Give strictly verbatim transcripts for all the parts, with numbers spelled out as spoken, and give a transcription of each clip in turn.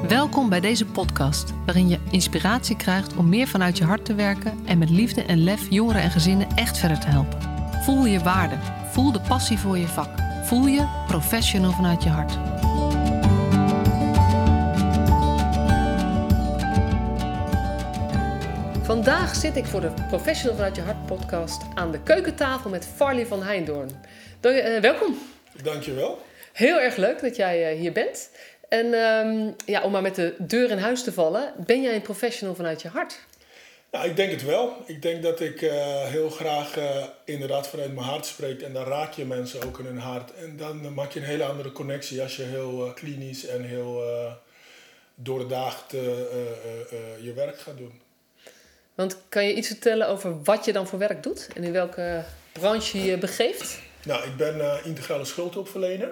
Welkom bij deze podcast, waarin je inspiratie krijgt om meer vanuit je hart te werken en met liefde en lef jongeren en gezinnen echt verder te helpen. Voel je waarde, voel de passie voor je vak, voel je professional vanuit je hart. Vandaag zit ik voor de Professional vanuit je hart podcast aan de keukentafel met Farley van Heindoorn. Uh, welkom. Dankjewel. Heel erg leuk dat jij uh, hier bent. En um, ja, om maar met de deur in huis te vallen, ben jij een professional vanuit je hart? Nou, ik denk het wel. Ik denk dat ik uh, heel graag uh, inderdaad vanuit mijn hart spreek. En dan raak je mensen ook in hun hart. En dan uh, maak je een hele andere connectie als je heel uh, klinisch en heel uh, doordaagd uh, uh, uh, uh, je werk gaat doen. Want kan je iets vertellen over wat je dan voor werk doet? En in welke branche je je begeeft? Nou, ik ben uh, integrale schuldhulpverlener.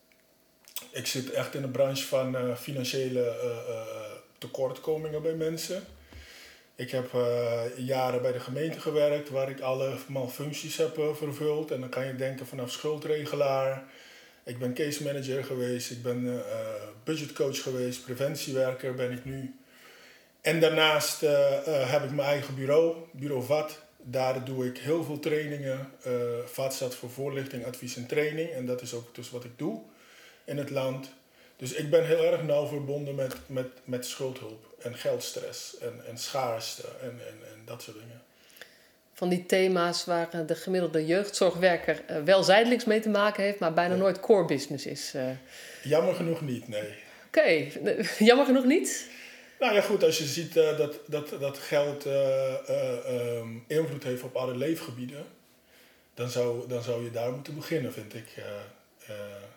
Ik zit echt in de branche van uh, financiële uh, uh, tekortkomingen bij mensen. Ik heb uh, jaren bij de gemeente gewerkt waar ik allemaal functies heb uh, vervuld. En dan kan je denken vanaf schuldregelaar. Ik ben case manager geweest, ik ben uh, budgetcoach geweest, preventiewerker ben ik nu. En daarnaast uh, uh, heb ik mijn eigen bureau, Bureau V A T. Daar doe ik heel veel trainingen. Uh, V A T staat voor voorlichting, advies en training. En dat is ook dus wat ik doe in het land. Dus ik ben heel erg nauw verbonden met, met, met schuldhulp en geldstress en, en schaarste en, en, en dat soort dingen. Van die thema's waar de gemiddelde jeugdzorgwerker wel zijdelings mee te maken heeft, maar bijna ja. nooit core business is. Uh... Jammer genoeg niet, nee. Oké, okay. Jammer genoeg niet? Nou ja, goed, als je ziet uh, dat, dat, dat geld uh, uh, um, invloed heeft op alle leefgebieden, dan zou, dan zou je daar moeten beginnen, vind ik. Uh, uh,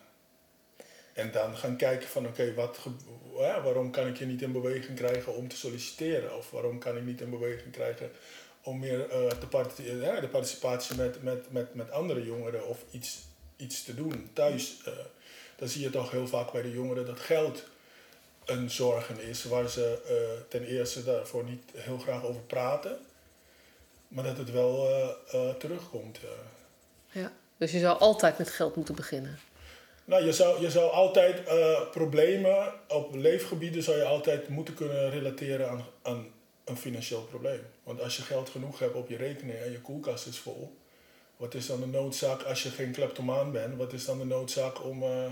En dan gaan kijken van oké, okay, wat ja, waarom kan ik je niet in beweging krijgen om te solliciteren? Of waarom kan ik niet in beweging krijgen om meer uh, te part- ja, de participatie met, met, met, met andere jongeren of iets, iets te doen thuis. Uh, dan zie je toch heel vaak bij de jongeren dat geld een zorgen is waar ze uh, ten eerste daarvoor niet heel graag over praten. Maar dat het wel uh, uh, terugkomt. Uh. Ja, dus je zou altijd met geld moeten beginnen. Nou, je zou, je zou altijd uh, problemen op leefgebieden zou je altijd moeten kunnen relateren aan, aan een financieel probleem. Want als je geld genoeg hebt op je rekening en je koelkast is vol, wat is dan de noodzaak als je geen kleptomaan bent? Wat is dan de noodzaak om, uh,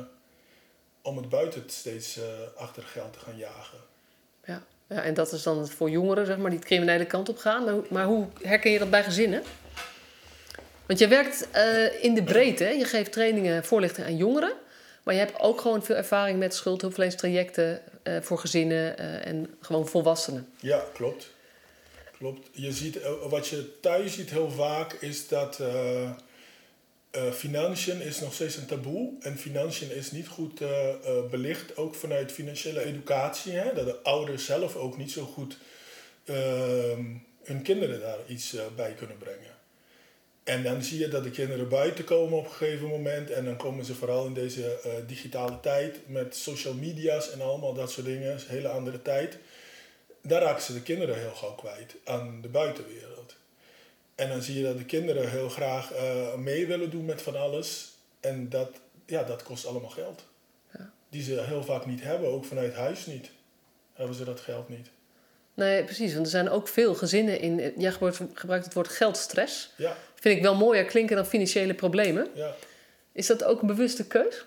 om het buiten steeds uh, achter geld te gaan jagen? Ja. ja, en dat is dan voor jongeren, zeg maar, die de criminele kant op gaan. Maar hoe herken je dat bij gezinnen? Want je werkt uh, in de breedte, hè? Je geeft trainingen, voorlichting aan jongeren. Maar je hebt ook gewoon veel ervaring met schuldhulpverleningstrajecten uh, voor gezinnen uh, en gewoon volwassenen. Ja, klopt. klopt. Je ziet, uh, wat je thuis ziet heel vaak is dat uh, uh, financiën is nog steeds een taboe. En financiën is niet goed uh, uh, belicht, ook vanuit financiële educatie. Hè? Dat de ouders zelf ook niet zo goed uh, hun kinderen daar iets uh, bij kunnen brengen. En dan zie je dat de kinderen buiten komen op een gegeven moment. En dan komen ze vooral in deze uh, digitale tijd met social media's en allemaal dat soort dingen. Een hele andere tijd. Daar raken ze de kinderen heel gauw kwijt aan de buitenwereld. En dan zie je dat de kinderen heel graag uh, mee willen doen met van alles. En dat, ja, dat kost allemaal geld. Ja. Die ze heel vaak niet hebben, ook vanuit huis niet. Hebben ze dat geld niet. Nee, precies. Want er zijn ook veel gezinnen in... Jij gebruikt het woord geldstress. Ja. Vind ik wel mooier klinken dan financiële problemen. Ja. Is dat ook een bewuste keus?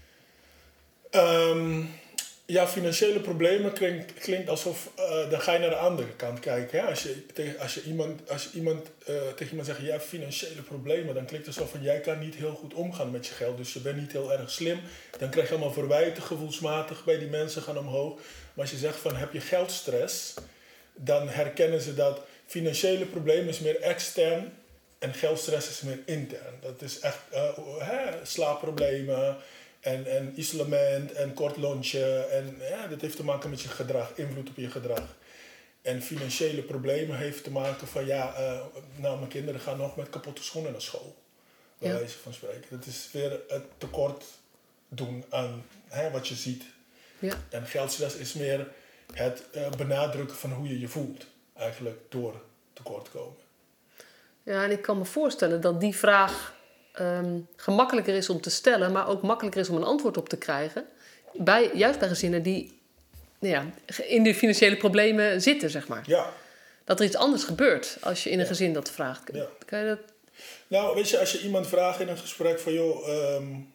Um, ja, financiële problemen klinkt, klinkt alsof... Uh, dan ga je naar de andere kant kijken. Hè? Als je, tegen, als je iemand, als je iemand uh, tegen iemand zegt... jij hebt financiële problemen... dan klinkt het alsof van... jij kan niet heel goed omgaan met je geld. Dus je bent niet heel erg slim. Dan krijg je allemaal verwijten, gevoelsmatig... bij die mensen gaan omhoog. Maar als je zegt van... heb je geldstress... dan herkennen ze dat financiële problemen is meer extern... en geldstress is meer intern. Dat is echt uh, hè, slaapproblemen en, en isolement en kort lunchen. En ja, dat heeft te maken met je gedrag, invloed op je gedrag. En financiële problemen heeft te maken van ja, uh, nou mijn kinderen gaan nog met kapotte schoenen naar school. Bij ja. wijze van spreken. Dat is weer het tekort doen aan hè, wat je ziet. Ja. En geldstress is meer het uh, benadrukken van hoe je je voelt. Eigenlijk door tekort komen. Ja, en ik kan me voorstellen dat die vraag um, gemakkelijker is om te stellen... maar ook makkelijker is om een antwoord op te krijgen. Bij, juist bij gezinnen die ja, in de financiële problemen zitten, zeg maar. Ja. Dat er iets anders gebeurt als je in een Ja. gezin dat vraagt. Ja. Kan je dat... Nou, weet je, als je iemand vraagt in een gesprek van... joh, um,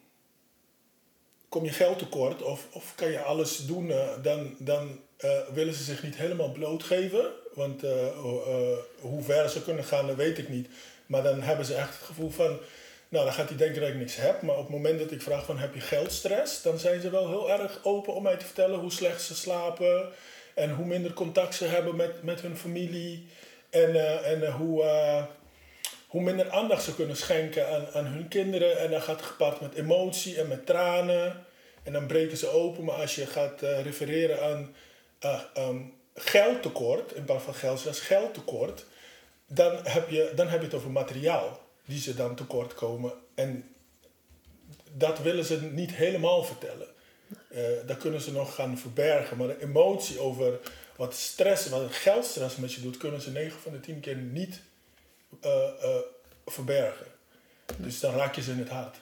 kom je geld tekort of, of kan je alles doen... Uh, dan, dan uh, willen ze zich niet helemaal blootgeven. Want uh, uh, hoe ver ze kunnen gaan, dat weet ik niet. Maar dan hebben ze echt het gevoel van... nou, dan gaat hij denken dat ik niks heb. Maar op het moment dat ik vraag van, heb je geldstress? Dan zijn ze wel heel erg open om mij te vertellen hoe slecht ze slapen... en hoe minder contact ze hebben met, met hun familie... en, uh, en uh, hoe... Uh, hoe minder aandacht ze kunnen schenken aan, aan hun kinderen. En dan gaat het gepaard met emotie en met tranen. En dan breken ze open. Maar als je gaat uh, refereren aan uh, um, geldtekort, in plaats van geldstress, geldtekort, dan heb, je, dan heb je het over materiaal die ze dan tekort komen. En dat willen ze niet helemaal vertellen. Uh, dat kunnen ze nog gaan verbergen. Maar de emotie over wat stress, wat geldstress met je doet, kunnen ze negen van de tien keer niet Uh, uh, verbergen. Dus dan raak je ze in het hart.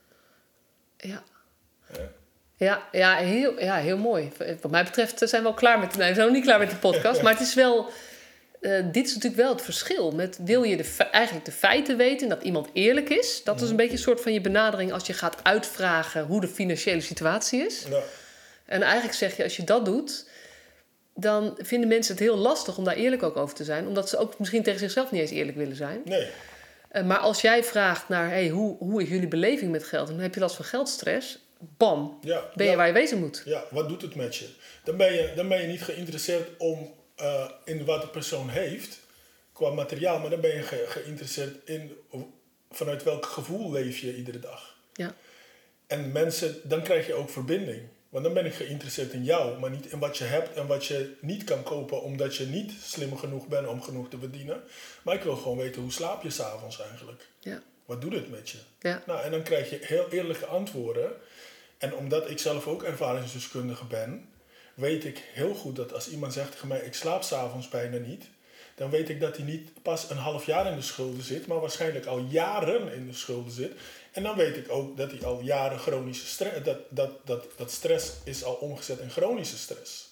Ja. Ja, Ja, ja, heel, ja, heel mooi. Wat mij betreft zijn we al klaar met... Nee, we zijn nog niet klaar met de podcast. Maar het is wel... Uh, dit is natuurlijk wel het verschil. Met, wil je de, eigenlijk de feiten weten... dat iemand eerlijk is? Dat is een beetje een soort van je benadering... als je gaat uitvragen hoe de financiële situatie is. ja. En eigenlijk zeg je, als je dat doet... dan vinden mensen het heel lastig om daar eerlijk ook over te zijn. Omdat ze ook misschien tegen zichzelf niet eens eerlijk willen zijn. Nee. Uh, maar als jij vraagt naar... Hey, hoe, hoe is jullie beleving met geld? En dan heb je last van geldstress... Bam, Ja, ben je ja. waar je wezen moet. Ja, wat doet het met je? Dan ben je, dan ben je niet geïnteresseerd om, uh, in wat de persoon heeft... qua materiaal, maar dan ben je ge- geïnteresseerd in... vanuit welk gevoel leef je iedere dag. Ja. En mensen, dan krijg je ook verbinding. Want dan ben ik geïnteresseerd in jou, maar niet in wat je hebt en wat je niet kan kopen... omdat je niet slim genoeg bent om genoeg te verdienen. Maar ik wil gewoon weten, hoe slaap je 's avonds eigenlijk? Ja. Wat doet het met je? Ja. Nou, en dan krijg je heel eerlijke antwoorden. En omdat ik zelf ook ervaringsdeskundige ben... weet ik heel goed dat als iemand zegt tegen mij... ik slaap 's avonds bijna niet... dan weet ik dat hij niet pas een half jaar in de schulden zit... maar waarschijnlijk al jaren in de schulden zit... En dan weet ik ook dat hij al jaren chronische stress... Dat, dat, dat, dat stress is al omgezet in chronische stress.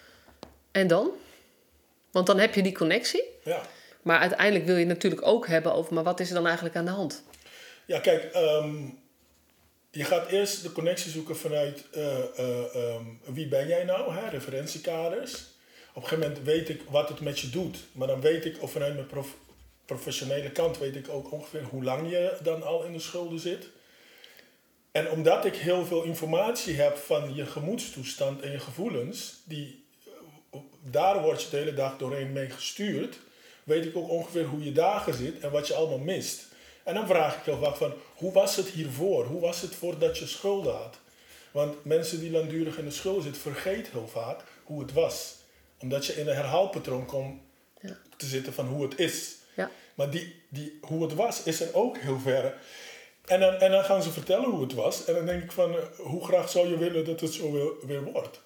En dan? Want dan heb je die connectie. Ja. Maar uiteindelijk wil je het natuurlijk ook hebben over... maar wat is er dan eigenlijk aan de hand? Ja, kijk... Um, je gaat eerst de connectie zoeken vanuit... Uh, uh, um, wie ben jij nou? Hè? Referentiekaders. Op een gegeven moment weet ik wat het met je doet. Maar dan weet ik, of vanuit mijn prof, professionele kant... weet ik ook ongeveer hoe lang je dan al in de schulden zit. En omdat ik heel veel informatie heb van je gemoedstoestand en je gevoelens... die daar word je de hele dag doorheen mee gestuurd... weet ik ook ongeveer hoe je dagen zit en wat je allemaal mist. En dan vraag ik heel vaak van, hoe was het hiervoor? Hoe was het voordat je schulden had? Want mensen die langdurig in de schulden zitten, vergeten heel vaak hoe het was. Omdat je in een herhaalpatroon komt Ja. te zitten van hoe het is. Ja. Maar die, die, hoe het was, is er ook heel ver. En dan, en dan gaan ze vertellen hoe het was. En dan denk ik van, uh, hoe graag zou je willen dat het zo weer, weer wordt?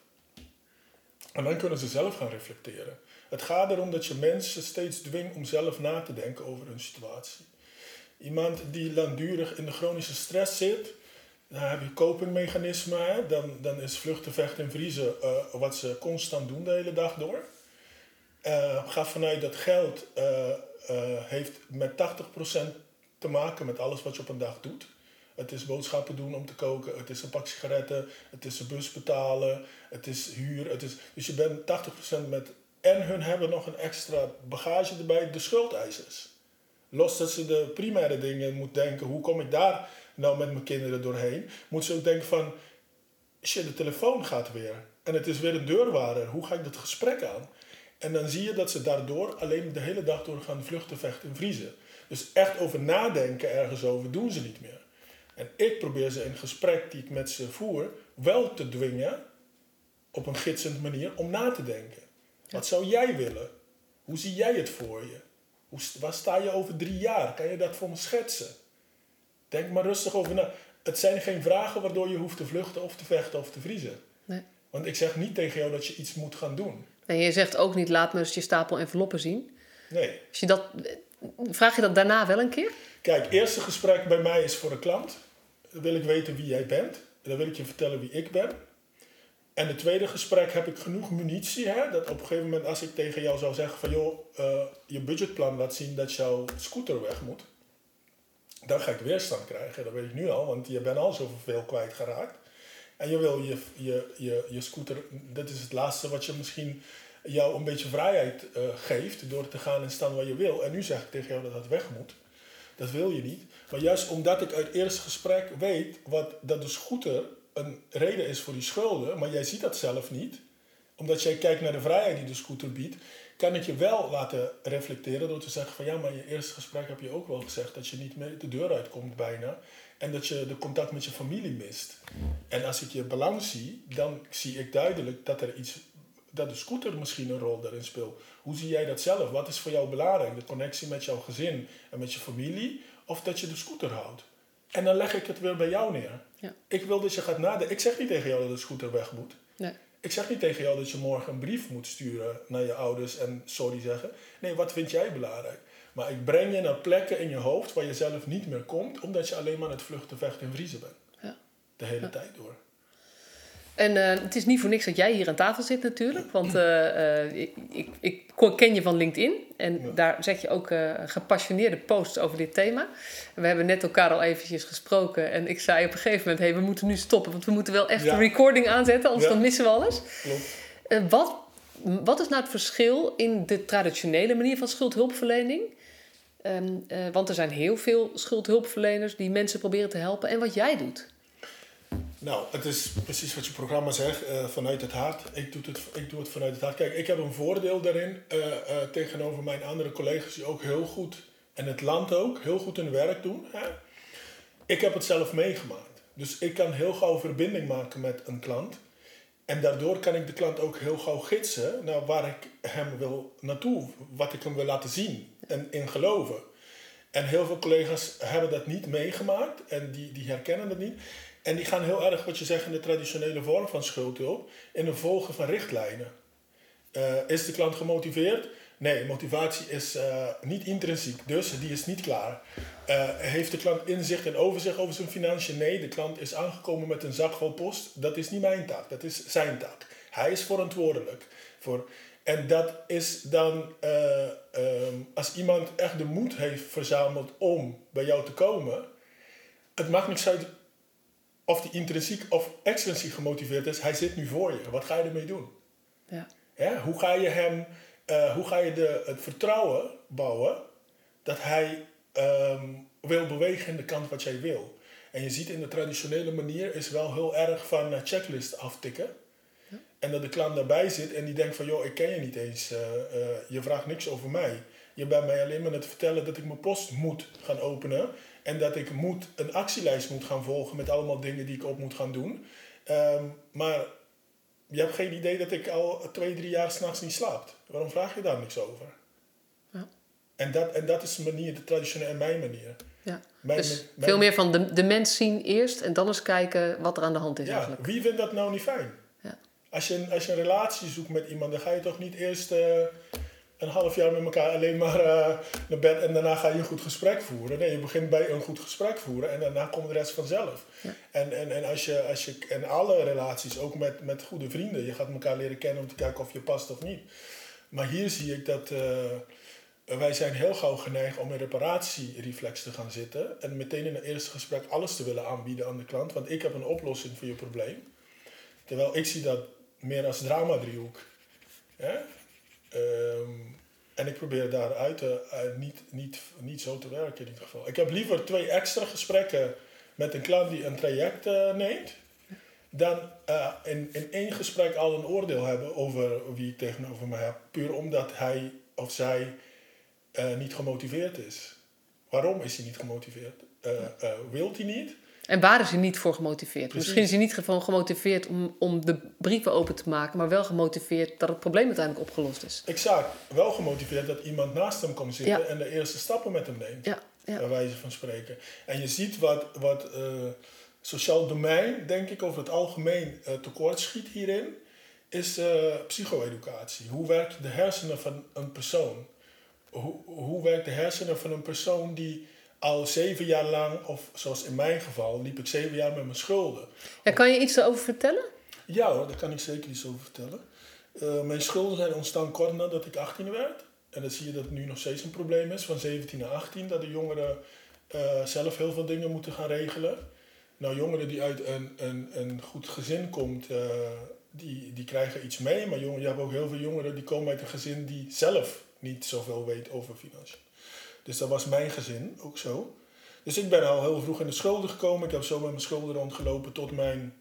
En dan kunnen ze zelf gaan reflecteren. Het gaat erom dat je mensen steeds dwingt om zelf na te denken over hun situatie. Iemand die langdurig in de chronische stress zit, dan heb je copingmechanismen. Hè? Dan, dan is vluchten, vechten en vriezen uh, wat ze constant doen de hele dag door. Uh, ga vanuit dat geld uh, uh, heeft met tachtig procent te maken met alles wat je op een dag doet. Het is boodschappen doen om te koken, het is een pak sigaretten, het is een bus betalen, het is huur. Het is, dus je bent tachtig procent met... En hun hebben nog een extra bagage erbij, de schuldeisers. Los dat ze de primaire dingen moet denken, hoe kom ik daar nou met mijn kinderen doorheen? Moet ze ook denken van, shit, de telefoon gaat weer. En het is weer een deurwaarder, hoe ga ik dat gesprek aan? En dan zie je dat ze daardoor alleen de hele dag door gaan vluchten, vechten en vriezen. Dus echt over nadenken ergens over doen ze niet meer. En ik probeer ze in het gesprek die ik met ze voer wel te dwingen, op een gidsend manier, om na te denken. Ja. Wat zou jij willen? Hoe zie jij het voor je? Hoe, waar sta je over drie jaar? Kan je dat voor me schetsen? Denk maar rustig over na. Het zijn geen vragen waardoor je hoeft te vluchten of te vechten of te vriezen. Nee. Want ik zeg niet tegen jou dat je iets moet gaan doen. En je zegt ook niet, laat me eens je stapel enveloppen zien. Nee. Als je dat, vraag je dat daarna wel een keer? Kijk, het eerste gesprek bij mij is voor de klant. Dan wil ik weten wie jij bent. Dan wil ik je vertellen wie ik ben. En het tweede gesprek heb ik genoeg munitie. Hè, dat op een gegeven moment als ik tegen jou zou zeggen van joh, uh, je budgetplan laat zien dat jouw scooter weg moet. Dan ga ik weerstand krijgen, dat weet ik nu al, want je bent al zoveel kwijtgeraakt. En je wil je, je, je, je scooter, dat is het laatste wat je misschien jou een beetje vrijheid uh, geeft door te gaan en staan waar je wil. En nu zeg ik tegen jou dat dat weg moet. Dat wil je niet. Maar juist omdat ik uit het eerste gesprek weet wat, dat de scooter een reden is voor die schulden, maar jij ziet dat zelf niet, omdat jij kijkt naar de vrijheid die de scooter biedt, kan ik je wel laten reflecteren door te zeggen van ja, maar in je eerste gesprek heb je ook wel gezegd dat je niet meer de deur uitkomt bijna en dat je de contact met je familie mist. En als ik je belang zie, dan zie ik duidelijk dat er iets, dat de scooter misschien een rol daarin speelt. Hoe zie jij dat zelf? Wat is voor jou belangrijk? De connectie met jouw gezin en met je familie of dat je de scooter houdt? En dan leg ik het weer bij jou neer. Ja. Ik wil dat je gaat nadenken. Ik zeg niet tegen jou dat de scooter weg moet. Nee. Ik zeg niet tegen jou dat je morgen een brief moet sturen naar je ouders en sorry zeggen. Nee, wat vind jij belangrijk? Maar ik breng je naar plekken in je hoofd waar je zelf niet meer komt, omdat je alleen maar aan het vluchten, vechten en vriezen bent. Ja. De hele ja. tijd door. En uh, het is niet voor niks dat jij hier aan tafel zit natuurlijk. Want uh, uh, ik, ik, ik ken je van LinkedIn. En ja. daar zet je ook uh, gepassioneerde posts over dit thema. En we hebben net elkaar al eventjes gesproken. En ik zei op een gegeven moment, hey, we moeten nu stoppen. Want we moeten wel echt ja. de recording aanzetten, anders ja. dan missen we alles. Klopt. Uh, wat, wat is nou het verschil in de traditionele manier van schuldhulpverlening? Um, uh, want er zijn heel veel schuldhulpverleners die mensen proberen te helpen. En wat jij doet. Nou, het is precies wat je programma zegt, uh, vanuit het hart. Ik doe het, ik doe het vanuit het hart. Kijk, ik heb een voordeel daarin uh, uh, tegenover mijn andere collega's die ook heel goed, en het land ook, heel goed hun werk doen. Hè? Ik heb het zelf meegemaakt. Dus ik kan heel gauw verbinding maken met een klant. En daardoor kan ik de klant ook heel gauw gidsen naar waar ik hem wil naartoe, wat ik hem wil laten zien en in geloven. En heel veel collega's hebben dat niet meegemaakt en die, die herkennen dat niet. En die gaan heel erg, wat je zegt, in de traditionele vorm van schuldhulp, in het volgen van richtlijnen. Uh, is de klant gemotiveerd? Nee, motivatie is uh, niet intrinsiek, dus die is niet klaar. Uh, heeft de klant inzicht en overzicht over zijn financiën? Nee, de klant is aangekomen met een zak vol post. Dat is niet mijn taak, dat is zijn taak. Hij is verantwoordelijk voor. En dat is dan, uh, um, als iemand echt de moed heeft verzameld om bij jou te komen, het maakt niks uit of die intrinsiek of extrinsiek gemotiveerd is, hij zit nu voor je. Wat ga je ermee doen? Ja. Ja, hoe ga je hem, uh, hoe ga je de, het vertrouwen bouwen dat hij um, wil bewegen in de kant wat jij wil? En je ziet in de traditionele manier is wel heel erg van uh, checklist aftikken. Ja. En dat de klant daarbij zit en die denkt van, joh, ik ken je niet eens. Uh, uh, je vraagt niks over mij. Je bent mij alleen maar aan het vertellen dat ik mijn post moet gaan openen. En dat ik moet, een actielijst moet gaan volgen met allemaal dingen die ik op moet gaan doen. Um, maar je hebt geen idee dat ik al twee, drie jaar 's nachts niet slaap. Waarom vraag je daar niks over? Ja. En, dat, en dat is de manier, de traditionele en mijn manier. Ja. Mijn, dus mijn, veel meer van de, de mens zien eerst en dan eens kijken wat er aan de hand is ja, eigenlijk. Wie vindt dat nou niet fijn? Ja. Als, je, als je een relatie zoekt met iemand, dan ga je toch niet eerst uh, een half jaar met elkaar alleen maar uh, naar bed en daarna ga je een goed gesprek voeren. Nee, je begint bij een goed gesprek voeren en daarna komt de rest vanzelf. Ja. En, en, en, als je, als je, en alle relaties, ook met, met goede vrienden, je gaat elkaar leren kennen om te kijken of je past of niet. Maar hier zie ik dat uh, wij zijn heel gauw geneigd om in reparatiereflex te gaan zitten en meteen in het eerste gesprek alles te willen aanbieden aan de klant, want ik heb een oplossing voor je probleem. Terwijl ik zie dat meer als drama-driehoek. Ja? Um, en ik probeer daaruit uh, niet, niet, niet zo te werken in ieder geval. Ik heb liever twee extra gesprekken met een klant die een traject uh, neemt, dan uh, in, in één gesprek al een oordeel hebben over wie ik tegenover mij heb. Puur omdat hij of zij uh, niet gemotiveerd is. Waarom is hij niet gemotiveerd? Uh, uh, wilt hij niet? En waar is hij niet voor gemotiveerd? Precies. Misschien is hij niet gewoon gemotiveerd om, om de brieven open te maken, maar wel gemotiveerd dat het probleem uiteindelijk opgelost is. Exact. Wel gemotiveerd dat iemand naast hem komt zitten ja. en de eerste stappen met hem neemt. Ja. Ja. Bij wijze van spreken. En je ziet wat, wat uh, sociaal domein, denk ik, over het algemeen uh, tekort schiet hierin, is uh, psycho-educatie. Hoe werkt de hersenen van een persoon? Hoe, hoe werkt de hersenen van een persoon die al zeven jaar lang, of zoals in mijn geval, liep ik zeven jaar met mijn schulden. Ja, kan je iets erover vertellen? Ja hoor, daar kan ik zeker iets over vertellen. Uh, mijn schulden zijn ontstaan kort nadat ik achttien werd. En dan zie je dat het nu nog steeds een probleem is, van zeventien naar achttien, dat de jongeren uh, zelf heel veel dingen moeten gaan regelen. Nou, jongeren die uit een, een, een goed gezin komt, uh, die, die krijgen iets mee. Maar jongeren, je hebt ook heel veel jongeren die komen uit een gezin die zelf niet zoveel weet over financiën. Dus dat was mijn gezin ook zo. Dus ik ben al heel vroeg in de schulden gekomen. Ik heb zo met mijn schulden rondgelopen tot mijn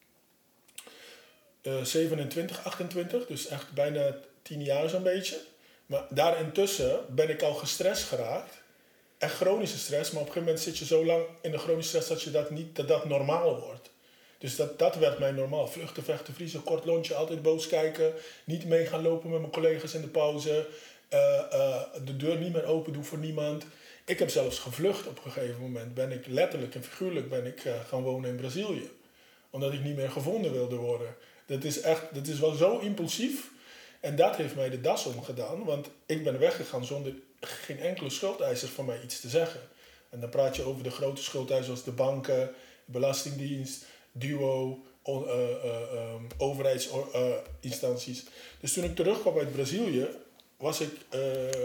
uh, zevenentwintig, achtentwintig. Dus echt bijna tien jaar zo'n beetje. Maar daar intussen ben ik al gestrest geraakt. Echt chronische stress. Maar op een gegeven moment zit je zo lang in de chronische stress dat je dat niet, dat dat normaal wordt. Dus dat, dat werd mij normaal. Vluchten, vechten, vriezen, kort lontje, altijd boos kijken. Niet mee gaan lopen met mijn collega's in de pauze. Uh, uh, de deur niet meer open doen voor niemand. Ik heb zelfs gevlucht op een gegeven moment. Ben ik letterlijk en figuurlijk ben ik uh, gaan wonen in Brazilië. Omdat ik niet meer gevonden wilde worden. Dat is echt, dat is wel zo impulsief. En dat heeft mij de das omgedaan. Want ik ben weggegaan zonder geen enkele schuldeiser van mij iets te zeggen. En dan praat je over de grote schuldeisers zoals de banken, de Belastingdienst, Duo, on, uh, uh, um, overheidsinstanties. Uh, dus toen ik terugkwam uit Brazilië, was ik uh,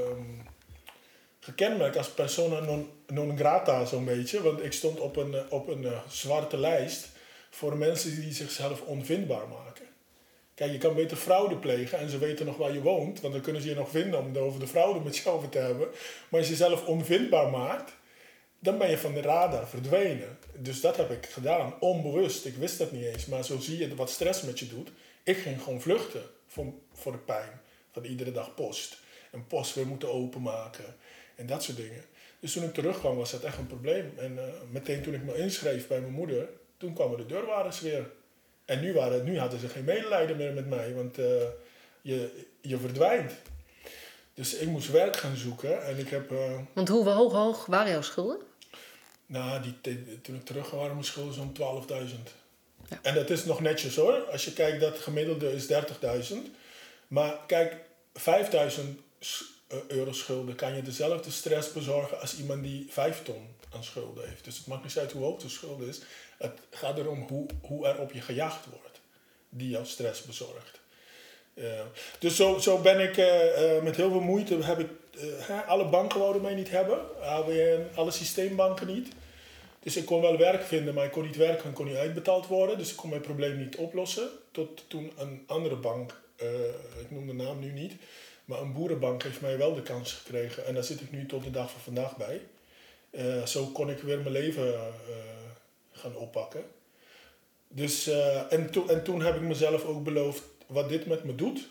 gekenmerkt als persona non, non grata zo'n beetje. Want ik stond op een, op een uh, zwarte lijst voor mensen die zichzelf onvindbaar maken. Kijk, je kan beter fraude plegen en ze weten nog waar je woont, want dan kunnen ze je nog vinden om over de fraude met je over te hebben. Maar als je jezelf onvindbaar maakt, dan ben je van de radar verdwenen. Dus dat heb ik gedaan, onbewust. Ik wist dat niet eens, maar zo zie je wat stress met je doet. Ik ging gewoon vluchten voor, voor de pijn van iedere dag post. En post weer moeten openmaken en dat soort dingen. Dus toen ik terugkwam was dat echt een probleem. En uh, meteen toen ik me inschreef bij mijn moeder, toen kwamen de deurwaarders weer. En nu, waren, nu hadden ze geen medelijden meer met mij, want uh, je, je verdwijnt. Dus ik moest werk gaan zoeken en ik heb... Uh, want hoe hoog, hoog waren jouw schulden? Nou, die, die, toen ik terug waren mijn schulden zo'n twaalfduizend. Ja. En dat is nog netjes hoor. Als je kijkt, dat gemiddelde is dertigduizend. Maar kijk, vijfduizend euro schulden kan je dezelfde stress bezorgen als iemand die vijf ton aan schulden heeft. Dus het maakt niet uit hoe hoog de schulden is. Het gaat erom hoe, hoe er op je gejaagd wordt, die jouw stress bezorgt. Uh, dus zo, zo ben ik uh, uh, met heel veel moeite, heb ik, uh, hè, alle banken wouden mij niet hebben, A B N, alle systeembanken niet. Dus ik kon wel werk vinden, maar ik kon niet werken en kon niet uitbetaald worden. Dus ik kon mijn probleem niet oplossen. Tot toen een andere bank, uh, ik noem de naam nu niet, maar een boerenbank heeft mij wel de kans gekregen. En daar zit ik nu tot de dag van vandaag bij. Uh, zo kon ik weer mijn leven uh, gaan oppakken. Dus, uh, en, to- en toen heb ik mezelf ook beloofd, wat dit met me doet,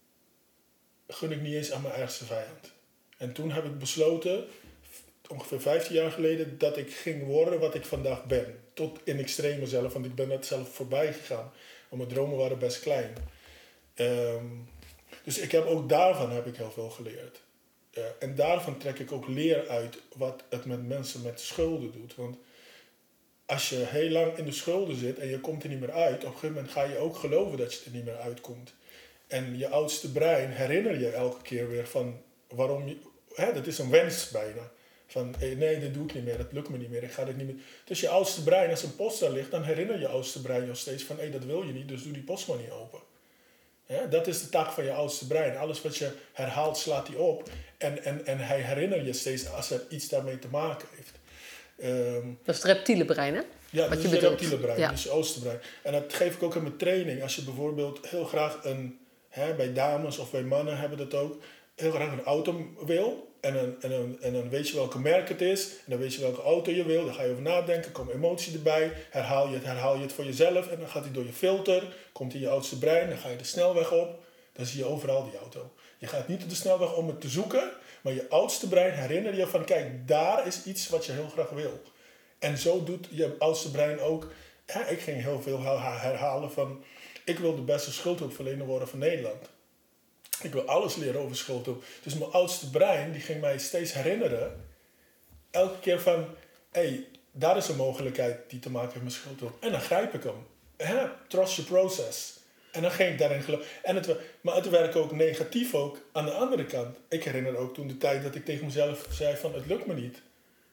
gun ik niet eens aan mijn ergste vijand. En toen heb ik besloten, ongeveer vijftien jaar geleden, dat ik ging worden wat ik vandaag ben. Tot in extreme zelf, want ik ben net zelf voorbij gegaan. Want mijn dromen waren best klein. Um, dus ik heb ook daarvan heb ik heel veel geleerd. Uh, en daarvan trek ik ook leer uit wat het met mensen met schulden doet. Want als je heel lang in de schulden zit en je komt er niet meer uit, op een gegeven moment ga je ook geloven dat je er niet meer uitkomt. En je oudste brein herinner je elke keer weer van waarom je... Hè, dat is een wens bijna. Van nee, dit doe ik niet meer, dat lukt me niet meer, ik ga dit niet meer... Dus je oudste brein, als een post daar ligt, dan herinner je oudste brein je steeds van hé, dat wil je niet, dus doe die post maar niet open. Ja, dat is de taak van je oudste brein. Alles wat je herhaalt, slaat hij op. En, en, en hij herinnert je steeds als er iets daarmee te maken heeft. Um, dat is het reptiele brein, hè? Ja, wat dat je is bedoelt. het reptiele brein, ja. dus je oudste brein. En dat geef ik ook in mijn training. Als je bijvoorbeeld heel graag een... Hè, bij dames of bij mannen hebben dat ook. Heel graag een auto wil. En dan, en, dan, en dan weet je welke merk het is. En dan weet je welke auto je wil. Dan ga je over nadenken. Komt emotie erbij. Herhaal je het, herhaal je het voor jezelf. En dan gaat hij door je filter. Komt in je oudste brein. Dan ga je de snelweg op. Dan zie je overal die auto. Je gaat niet op de snelweg om het te zoeken. Maar je oudste brein herinner je van... Kijk, daar is iets wat je heel graag wil. En zo doet je oudste brein ook... Ja, ik ging heel veel herhalen van... Ik wil de beste schuldhulpverlener worden van Nederland. Ik wil alles leren over schuldhulp. Dus mijn oudste brein die ging mij steeds herinneren. Elke keer van... Hé, hey, daar is een mogelijkheid die te maken heeft met schuldhulp. En dan grijp ik hem. Ja, trust your process. En dan ging ik daarin geloven. En het, maar het werkt ook negatief ook aan de andere kant. Ik herinner ook toen de tijd dat ik tegen mezelf zei van... Het lukt me niet.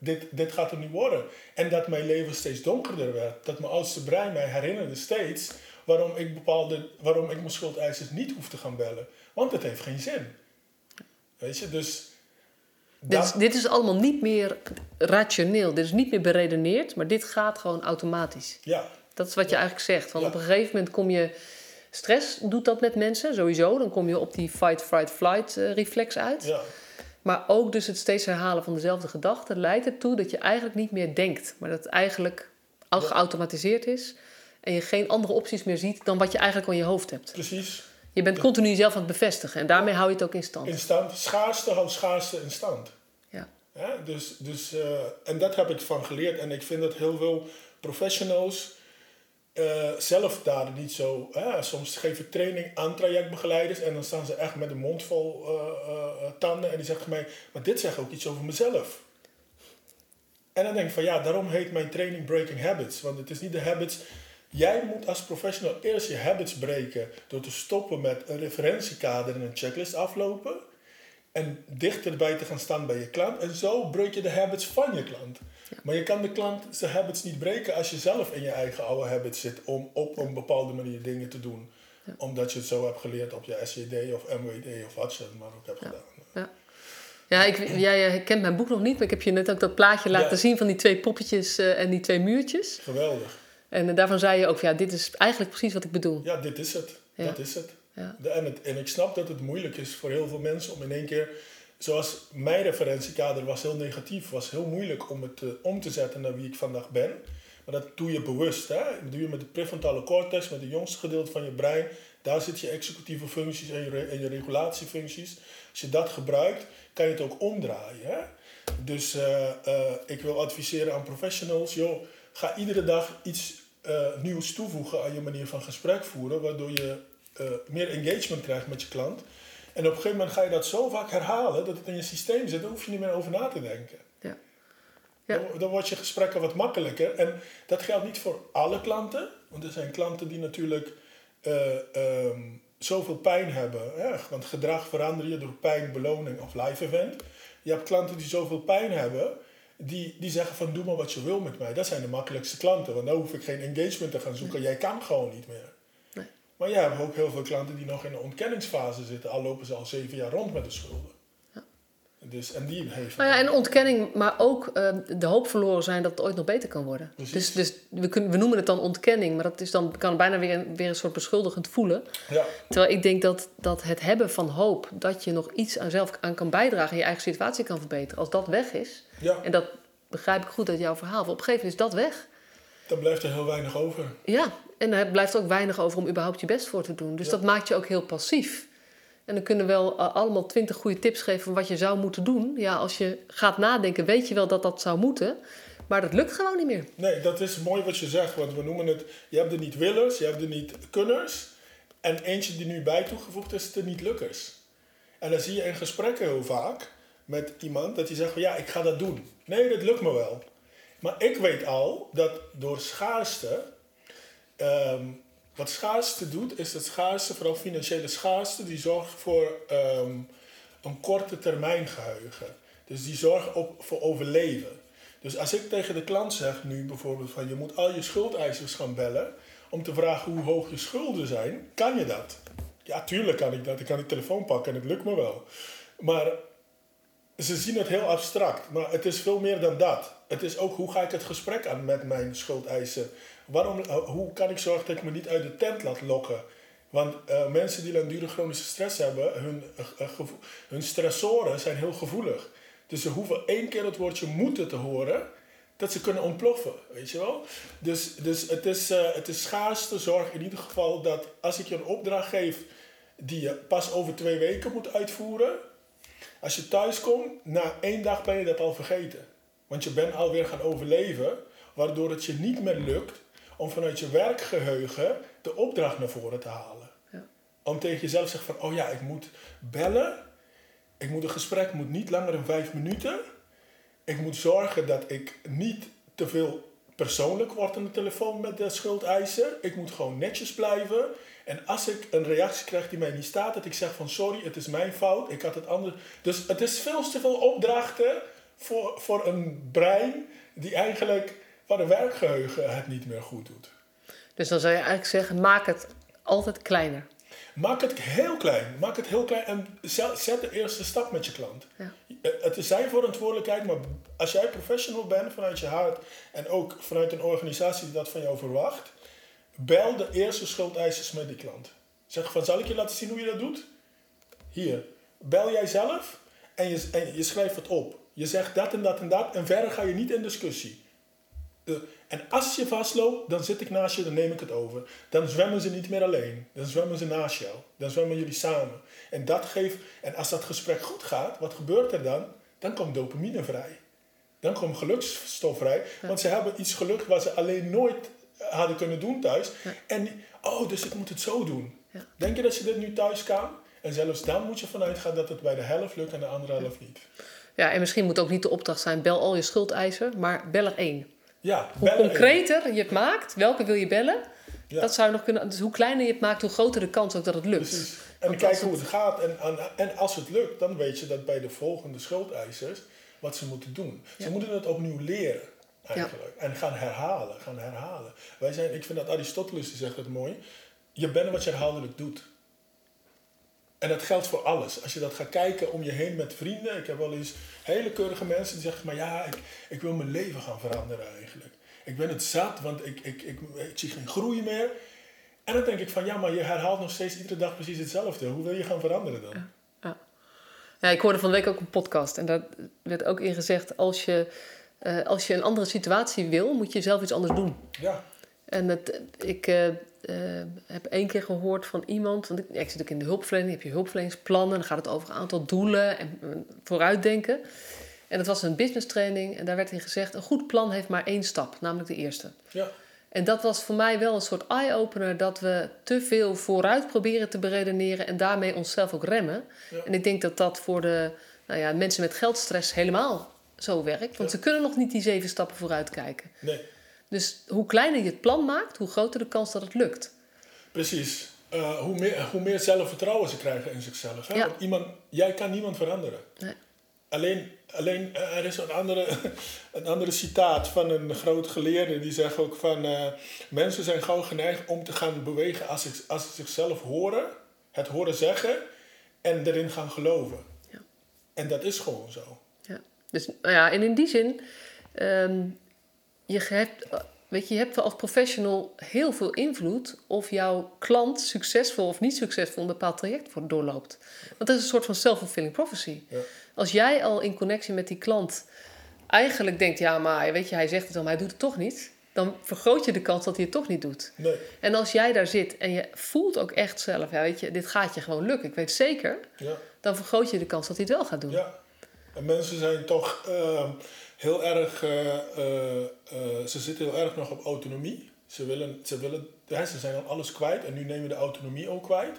dit, dit gaat er nu worden. En dat mijn leven steeds donkerder werd. Dat mijn oudste brein mij herinnerde steeds waarom ik, bepaalde, waarom ik mijn schuldeisers niet hoef te gaan bellen. Want het heeft geen zin. Weet je, dus... Dit is, dit is allemaal niet meer rationeel. Dit is niet meer beredeneerd, maar dit gaat gewoon automatisch. Ja. Dat is wat je ja. eigenlijk zegt. Want ja. op een gegeven moment kom je... Stress doet dat met mensen, sowieso. Dan kom je op die fight, fright, flight uh, reflex uit. Ja. Maar ook dus het steeds herhalen van dezelfde gedachte leidt ertoe dat je eigenlijk niet meer denkt. Maar dat het eigenlijk al ja. geautomatiseerd is. En je geen andere opties meer ziet dan wat je eigenlijk al in je hoofd hebt. Precies. Je bent continu jezelf aan het bevestigen. En daarmee hou je het ook in stand. In stand. Schaarste houdt schaarste in stand. Ja. Ja, dus, dus, uh, en dat heb ik van geleerd. En ik vind dat heel veel professionals uh, zelf daar niet zo... Uh, soms geef ik training aan trajectbegeleiders en dan staan ze echt met een mond vol uh, uh, tanden. En die zeggen mij, maar dit zegt ook iets over mezelf. En dan denk ik van ja, daarom heet mijn training Breaking Habits. Want het is niet de habits... Jij moet als professional eerst je habits breken door te stoppen met een referentiekader en een checklist aflopen. En dichterbij te gaan staan bij je klant. En zo breek je de habits van je klant. Ja. Maar je kan de klant zijn habits niet breken als je zelf in je eigen oude habits zit om op een bepaalde manier dingen te doen. Ja. Omdat je het zo hebt geleerd op je S J D of M W D of wat je maar ook hebt ja. gedaan. Ja. Ja, ik, jij kent mijn boek nog niet, maar ik heb je net ook dat plaatje laten ja. zien van die twee poppetjes uh, en die twee muurtjes. Geweldig. En uh, daarvan zei je ook, ja, dit is eigenlijk precies wat ik bedoel. Ja, dit is het. Ja. Dat is het. Ja. De, en het. En ik snap dat het moeilijk is voor heel veel mensen om in één keer... Zoals mijn referentiekader was heel negatief, was heel moeilijk om het uh, om te zetten naar wie ik vandaag ben. Maar dat doe je bewust. Hè? Dat doe je met de prefrontale cortex, met het jongste gedeelte van je brein. Daar zit je executieve functies en je, re- en je regulatiefuncties. Als je dat gebruikt, kan je het ook omdraaien. Hè? Dus uh, uh, ik wil adviseren aan professionals, joh, ga iedere dag iets uh, nieuws toevoegen aan je manier van gesprek voeren, waardoor je uh, meer engagement krijgt met je klant. En op een gegeven moment ga je dat zo vaak herhalen dat het in je systeem zit, daar hoef je niet meer over na te denken. Ja. Ja. Dan, dan wordt je gesprekken wat makkelijker. En dat geldt niet voor alle klanten, want er zijn klanten die natuurlijk uh, um, zoveel pijn hebben. Ja, want gedrag verander je door pijn, beloning of live event. Je hebt klanten die zoveel pijn hebben, die, die zeggen van doe maar wat je wil met mij. Dat zijn de makkelijkste klanten, want dan hoef ik geen engagement te gaan zoeken. Nee. Jij kan gewoon niet meer. Nee. Maar jij hebt ook heel veel klanten die nog in de ontkenningsfase zitten. Al lopen ze al zeven jaar rond met de schulden. Ja. Dus, en die heeft... Nou ja, en ontkenning, maar ook uh, de hoop verloren zijn dat het ooit nog beter kan worden. Precies. Dus, dus we, kunnen, we noemen het dan ontkenning, maar dat is dan, kan bijna weer een, weer een soort beschuldigend voelen. Ja. Terwijl ik denk dat, dat het hebben van hoop, dat je nog iets aan zelf aan kan bijdragen en je eigen situatie kan verbeteren. Als dat weg is, Ja. en dat begrijp ik goed uit jouw verhaal, op een gegeven moment is dat weg. Dan blijft er heel weinig over. Ja, en er blijft ook weinig over om überhaupt je best voor te doen. Dus ja. dat maakt je ook heel passief. En dan kunnen we wel uh, allemaal twintig goede tips geven van wat je zou moeten doen. Ja, als je gaat nadenken, weet je wel dat dat zou moeten. Maar dat lukt gewoon niet meer. Nee, dat is mooi wat je zegt. Want we noemen het, je hebt de niet willers, je hebt de niet kunners. En eentje die nu bij toegevoegd is, de niet lukkers. En dan zie je in gesprekken heel vaak met iemand dat hij zegt van ja, ik ga dat doen. Nee, dat lukt me wel. Maar ik weet al dat door schaarste... Um, wat schaarste doet, is dat schaarste, vooral financiële schaarste, die zorgt voor um, een korte termijn geheugen. Dus die zorgt op, voor overleven. Dus als ik tegen de klant zeg nu bijvoorbeeld van je moet al je schuldeisers gaan bellen om te vragen hoe hoog je schulden zijn, kan je dat? Ja, tuurlijk kan ik dat. Ik kan die telefoon pakken en het lukt me wel. Maar ze zien het heel abstract, maar het is veel meer dan dat. Het is ook hoe ga ik het gesprek aan met mijn schuldeisen. Waarom, hoe kan ik zorgen dat ik me niet uit de tent laat lokken? Want uh, mensen die langdurig chronische stress hebben, hun, uh, gevo- hun stressoren zijn heel gevoelig. Dus ze hoeven één keer het woordje moeten te horen, dat ze kunnen ontploffen, weet je wel? Dus, dus het, is, uh, het is schaarste zorg in ieder geval dat als ik je een opdracht geef die je pas over twee weken moet uitvoeren, als je thuis komt, na één dag ben je dat al vergeten. Want je bent alweer gaan overleven, waardoor het je niet meer lukt om vanuit je werkgeheugen de opdracht naar voren te halen. Ja. Om tegen jezelf te zeggen van, oh ja, ik moet bellen. Ik moet een gesprek moet niet langer dan vijf minuten. Ik moet zorgen dat ik niet te veel persoonlijk word aan de telefoon met de schuldeisen. Ik moet gewoon netjes blijven. En als ik een reactie krijg die mij niet staat, dat ik zeg van sorry, het is mijn fout, ik had het anders. Dus het is veel te veel opdrachten voor, voor een brein die eigenlijk waar de werkgeheugen het niet meer goed doet. Dus dan zou je eigenlijk zeggen, maak het altijd kleiner. Maak het heel klein. Maak het heel klein en zet de eerste stap met je klant. Ja. Het is zijn verantwoordelijkheid, maar als jij professional bent vanuit je hart en ook vanuit een organisatie die dat van jou verwacht, bel de eerste schuldeisers met die klant. Zeg van, zal ik je laten zien hoe je dat doet? Hier, bel jij zelf en je, en je schrijft het op. Je zegt dat en dat en dat en verder ga je niet in discussie. Uh, en als je vastloopt, dan zit ik naast je, dan neem ik het over. Dan zwemmen ze niet meer alleen. Dan zwemmen ze naast jou. Dan zwemmen jullie samen. En dat geeft, en als dat gesprek goed gaat, wat gebeurt er dan? Dan komt dopamine vrij. Dan komt geluksstof vrij. Ja. Want ze hebben iets gelukt wat ze alleen nooit hadden kunnen doen thuis. Ja. En, oh, dus ik moet het zo doen. Ja. Denk je dat je dit nu thuis kan? En zelfs dan moet je vanuit gaan dat het bij de helft lukt en de andere helft niet. Ja, en misschien moet ook niet de opdracht zijn, bel al je schuldeiser, maar bel er één. Ja, hoe concreter één. je het maakt, welke wil je bellen, ja. dat zou nog kunnen. Dus hoe kleiner je het maakt, hoe groter de kans ook dat het lukt. Precies. En Want kijk hoe het gaat. En, en als het lukt, dan weet je dat bij de volgende schuldeisers wat ze moeten doen. Ja. Ze moeten het opnieuw leren, eigenlijk. Ja. En gaan herhalen, gaan herhalen. Wij zijn, ik vind dat Aristoteles, die zegt het mooi. Je bent wat je herhaaldelijk doet. En dat geldt voor alles. Als je dat gaat kijken om je heen met vrienden. Ik heb wel eens hele keurige mensen die zeggen, maar ja, ik, ik wil mijn leven gaan veranderen eigenlijk. Ik ben het zat, want ik, ik, ik, ik zie geen groei meer. En dan denk ik van, ja, maar je herhaalt nog steeds iedere dag precies hetzelfde. Hoe wil je gaan veranderen dan? Ja, ja. ja ik hoorde van de week ook een podcast. En daar werd ook in gezegd, als je, uh, als je een andere situatie wil, moet je zelf iets anders doen. Ja. En het, ik uh, uh, heb één keer gehoord van iemand, want ik, ja, ik zit ook in de hulpverlening, heb je hulpverleningsplannen, dan gaat het over een aantal doelen en uh, vooruitdenken. En dat was een business training en daar werd in gezegd, een goed plan heeft maar één stap, namelijk de eerste. Ja. En dat was voor mij wel een soort eye-opener, dat we te veel vooruit proberen te beredeneren en daarmee onszelf ook remmen. Ja. En ik denk dat dat voor de nou ja, mensen met geldstress helemaal zo werkt, want ja. ze kunnen nog niet die zeven stappen vooruit kijken. Nee. Dus hoe kleiner je het plan maakt, hoe groter de kans dat het lukt. Precies. Uh, hoe, meer, hoe meer zelfvertrouwen ze krijgen in zichzelf. Hè? Ja. Want iemand, jij kan niemand veranderen. Nee. Alleen, alleen er is een andere, een andere citaat van een groot geleerde. Die zegt ook van... Uh, mensen zijn gauw geneigd om te gaan bewegen als ze, als ze zichzelf horen. Het horen zeggen. En erin gaan geloven. Ja. En dat is gewoon zo. Ja. Dus, nou ja, en in die zin... Um, Je hebt, weet je, je hebt als professional heel veel invloed of jouw klant succesvol of niet succesvol een bepaald traject doorloopt. Want dat is een soort van self-fulfilling prophecy. Ja. Als jij al in connectie met die klant eigenlijk denkt, ja, maar weet je, hij zegt het al, maar hij doet het toch niet, dan vergroot je de kans dat hij het toch niet doet. Nee. En als jij daar zit en je voelt ook echt zelf, ja, weet je, dit gaat je gewoon lukken, ik weet het zeker, ja. dan vergroot je de kans dat hij het wel gaat doen. Ja, en mensen zijn toch... Uh... Heel erg, uh, uh, uh, ze zitten heel erg nog op autonomie. Ze willen, ze willen, ja, ze zijn al alles kwijt en nu nemen we de autonomie ook kwijt.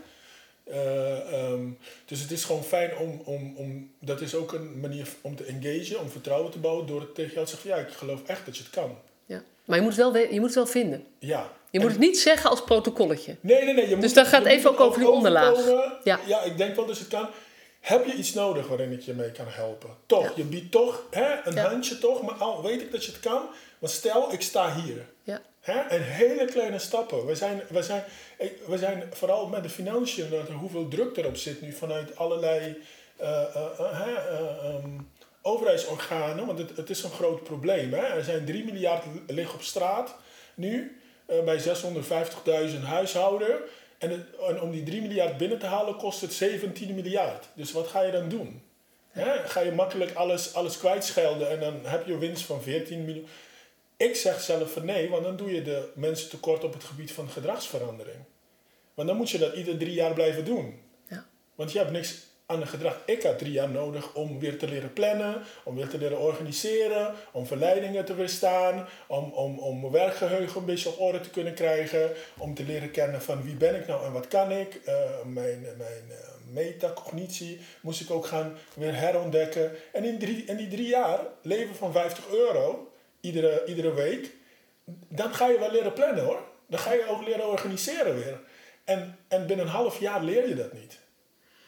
Uh, um, dus het is gewoon fijn om, om, om, dat is ook een manier om te engagen, om vertrouwen te bouwen door het tegen jou te zeggen, ja, ik geloof echt dat je het kan. Ja. Maar je moet, het wel, je moet het wel vinden. Ja. Je moet en, het niet zeggen als protocolletje. Nee, nee, nee. Je dus moet, dat gaat je even ook over die onderlaag. Ja. ja, ik denk wel dat je het kan. Heb je iets nodig waarin ik je mee kan helpen? Toch, ja. je biedt toch hè, een ja. handje toch, maar al weet ik dat je het kan. Maar stel, ik sta hier. Ja. Hè, en hele kleine stappen. We zijn, we, zijn, we zijn vooral met de financiën, hoeveel druk erop zit nu vanuit allerlei uh, uh, uh, uh, um, overheidsorganen. Want het, het is een groot probleem. Hè? Er zijn drie miljard liggen op straat nu uh, bij zeshonderdvijftigduizend huishouden. En, het, en om die drie miljard binnen te halen kost het zeventien miljard. Dus wat ga je dan doen? Ja. Ga je makkelijk alles, alles kwijtschelden en dan heb je een winst van veertien miljoen. Ik zeg zelf van nee, want dan doe je de mensen tekort op het gebied van gedragsverandering. Want dan moet je dat ieder drie jaar blijven doen. Ja. Want je hebt niks aan het gedrag. Ik had drie jaar nodig om weer te leren plannen, om weer te leren organiseren, om verleidingen te weerstaan, om, om, om mijn werkgeheugen een beetje op orde te kunnen krijgen, om te leren kennen van wie ben ik nou en wat kan ik. Uh, mijn mijn uh, metacognitie moest ik ook gaan weer herontdekken. En in, drie, in die drie jaar leven van vijftig euro iedere, iedere week, dan ga je wel leren plannen hoor. Dan ga je ook leren organiseren weer. En, en binnen een half jaar leer je dat niet.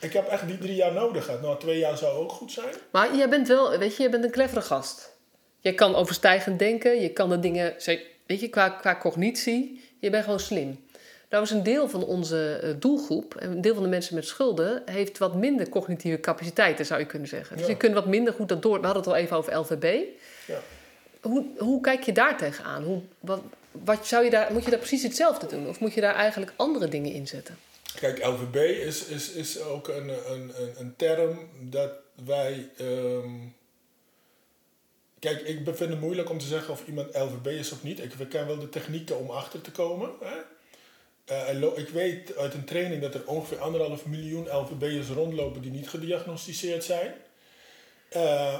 Ik heb echt die drie jaar nodig gehad. Nou, twee jaar zou ook goed zijn. Maar jij bent wel, weet je, je bent een clevere gast. Je kan overstijgend denken, je kan de dingen, weet je, qua, qua cognitie, je bent gewoon slim. Nou is een deel van onze doelgroep, een deel van de mensen met schulden, heeft wat minder cognitieve capaciteiten, zou je kunnen zeggen. Dus Ja. je kunt wat minder goed dat door. We hadden het al even over L V B. Ja. Hoe, hoe kijk je daar tegenaan? Hoe, wat, wat zou je daar, moet je daar precies hetzelfde doen? Of moet je daar eigenlijk andere dingen in zetten? Kijk, L V B is, is, is ook een, een, een, een term dat wij... Um... Kijk, ik vind het moeilijk om te zeggen of iemand L V B is of niet. Ik ken wel de technieken om achter te komen. Hè? Uh, ik weet uit een training dat er ongeveer anderhalf miljoen L V B'ers rondlopen die niet gediagnosticeerd zijn. Uh,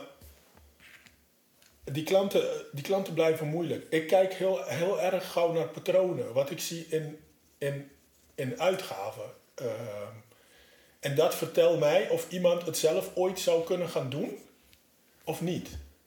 die, klanten, die klanten blijven moeilijk. Ik kijk heel, heel erg gauw naar patronen. Wat ik zie in, in, in uitgaven. Uh, en dat vertelt mij of iemand het zelf ooit zou kunnen gaan doen of niet.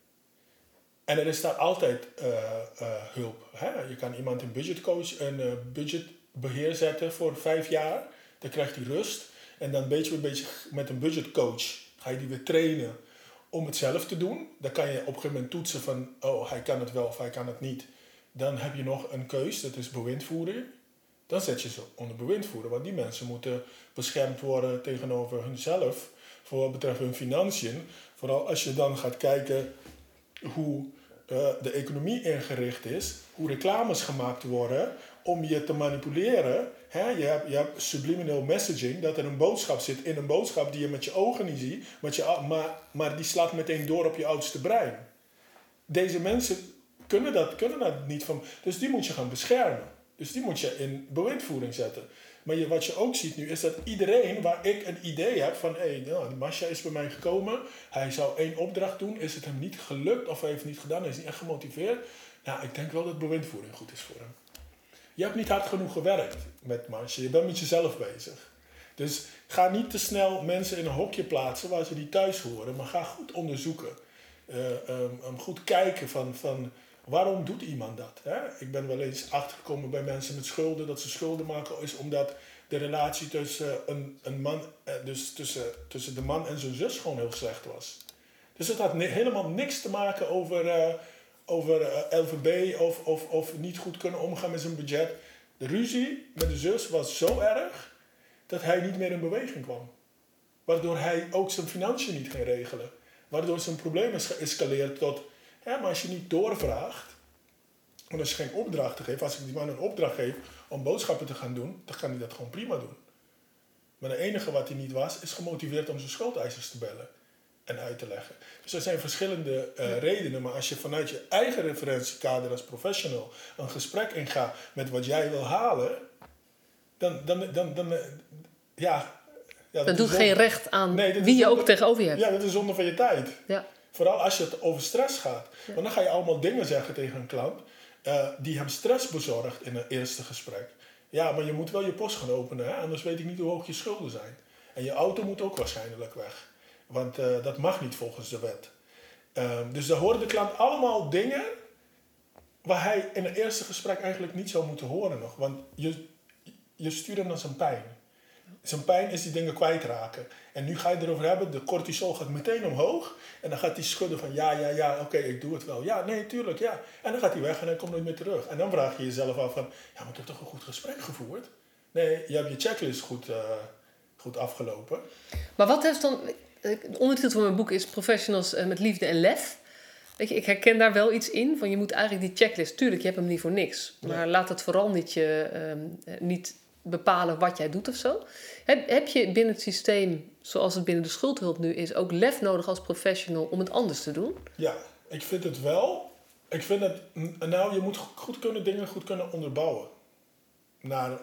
En er is daar altijd uh, uh, hulp. Hè? Je kan iemand een budgetcoach, een uh, budgetbeheer zetten voor vijf jaar. Dan krijgt hij rust. En dan beetje bij beetje met een budgetcoach ga je die weer trainen om het zelf te doen. Dan kan je op een gegeven moment toetsen van, oh, hij kan het wel of hij kan het niet. Dan heb je nog een keus, dat is bewindvoering. Dan zet je ze onder bewindvoeren. Want die mensen moeten beschermd worden tegenover hunzelf. Voor wat betreft hun financiën. Vooral als je dan gaat kijken hoe uh, de economie ingericht is, hoe reclames gemaakt worden om je te manipuleren. Hè? Je hebt, je hebt subliminal messaging, dat er een boodschap zit in een boodschap die je met je ogen niet ziet, met je, maar, maar die slaat meteen door op je oudste brein. Deze mensen kunnen dat, kunnen dat niet van, dus die moet je gaan beschermen. Dus die moet je in bewindvoering zetten. Maar je, wat je ook ziet nu is dat iedereen waar ik een idee heb van, hé, hey, nou, Masha is bij mij gekomen, hij zou één opdracht doen, is het hem niet gelukt of hij heeft het niet gedaan, hij is niet echt gemotiveerd. Nou, ik denk wel dat bewindvoering goed is voor hem. Je hebt niet hard genoeg gewerkt met Masha, je bent met jezelf bezig. Dus ga niet te snel mensen in een hokje plaatsen waar ze niet thuis horen, maar ga goed onderzoeken. Uh, um, um, goed kijken van, van waarom doet iemand dat? Hè? Ik ben wel eens achtergekomen bij mensen met schulden, dat ze schulden maken is omdat de relatie tussen een, een man, dus tussen, tussen de man en zijn zus gewoon heel slecht was. Dus het had ne- helemaal niks te maken over, uh, over uh, L V B of, of, of niet goed kunnen omgaan met zijn budget. De ruzie met de zus was zo erg dat hij niet meer in beweging kwam. Waardoor hij ook zijn financiën niet ging regelen. Waardoor zijn probleem is geëscaleerd tot, ja, maar als je niet doorvraagt, en als je geen opdrachten geeft, als ik die man een opdracht geef om boodschappen te gaan doen, dan kan hij dat gewoon prima doen. Maar het enige wat hij niet was, is gemotiveerd om zijn schuldeisers te bellen en uit te leggen. Dus er zijn verschillende uh, redenen, maar als je vanuit je eigen referentiekader als professional een gesprek ingaat met wat jij wil halen, dan, dan, dan, dan uh, ja... Ja, dat, dat doet zonde. geen recht aan nee, wie je zonde, ook tegenover je hebt. Ja, dat is zonde van je tijd. Ja. Vooral als je het over stress gaat. Ja. Want dan ga je allemaal dingen zeggen tegen een klant uh, die hem stress bezorgt in een eerste gesprek. Ja, maar je moet wel je post gaan openen, hè? Anders weet ik niet hoe hoog je schulden zijn. En je auto moet ook waarschijnlijk weg. Want uh, dat mag niet volgens de wet. Um, dus dan hoort de klant allemaal dingen waar hij in het eerste gesprek eigenlijk niet zou moeten horen nog. Want je, je stuurt hem naar zijn pijn. Zijn pijn is die dingen kwijtraken. En nu ga je erover hebben, de cortisol gaat meteen omhoog. En dan gaat hij schudden van ja, ja, ja, oké, okay, ik doe het wel. Ja, nee, tuurlijk, ja. En dan gaat hij weg en hij komt nooit meer terug. En dan vraag je jezelf af van, ja, maar ik heb toch een goed gesprek gevoerd? Nee, je hebt je checklist goed, uh, goed afgelopen. Maar wat heeft dan... De ondertitel van mijn boek is Professionals met liefde en lef. Weet je, ik herken daar wel iets in. Van je moet eigenlijk die checklist... Tuurlijk, je hebt hem niet voor niks. Maar ja. Laat het vooral niet je... Um, niet bepalen wat jij doet of zo. Heb, heb je binnen het systeem, zoals het binnen de schuldhulp nu is, ook lef nodig als professional om het anders te doen? Ja, ik vind het wel. Ik vind het, nou, je moet goed kunnen dingen goed kunnen onderbouwen naar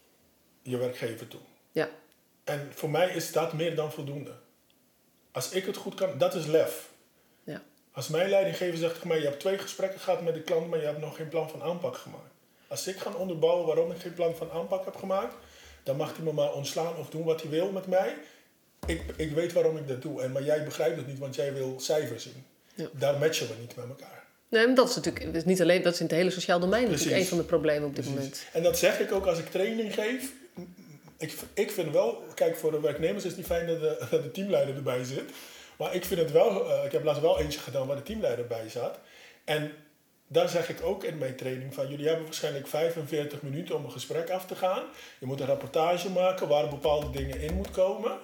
je werkgever toe. Ja. En voor mij is dat meer dan voldoende. Als ik het goed kan, dat is lef. Ja. Als mijn leidinggever zegt tegen mij, je hebt twee gesprekken gehad met de klant, maar je hebt nog geen plan van aanpak gemaakt. Als ik ga onderbouwen waarom ik geen plan van aanpak heb gemaakt, dan mag hij me maar ontslaan of doen wat hij wil met mij. Ik, ik weet waarom ik dat doe. En, maar jij begrijpt het niet, want jij wil cijfers zien. Ja. Daar matchen we niet met elkaar. Nee, maar dat is natuurlijk dat is niet alleen, dat is in het hele sociaal domein Precies. natuurlijk een van de problemen op dit Precies. moment. En dat zeg ik ook als ik training geef. ik, ik vind wel, kijk, voor de werknemers is het niet fijn dat de, dat de teamleider erbij zit. Maar ik vind het wel, uh, ik heb laatst wel eentje gedaan waar de teamleider bij zat. En daar zeg ik ook in mijn training van, jullie hebben waarschijnlijk vijfenveertig minuten om een gesprek af te gaan. Je moet een rapportage maken waar bepaalde dingen in moeten komen.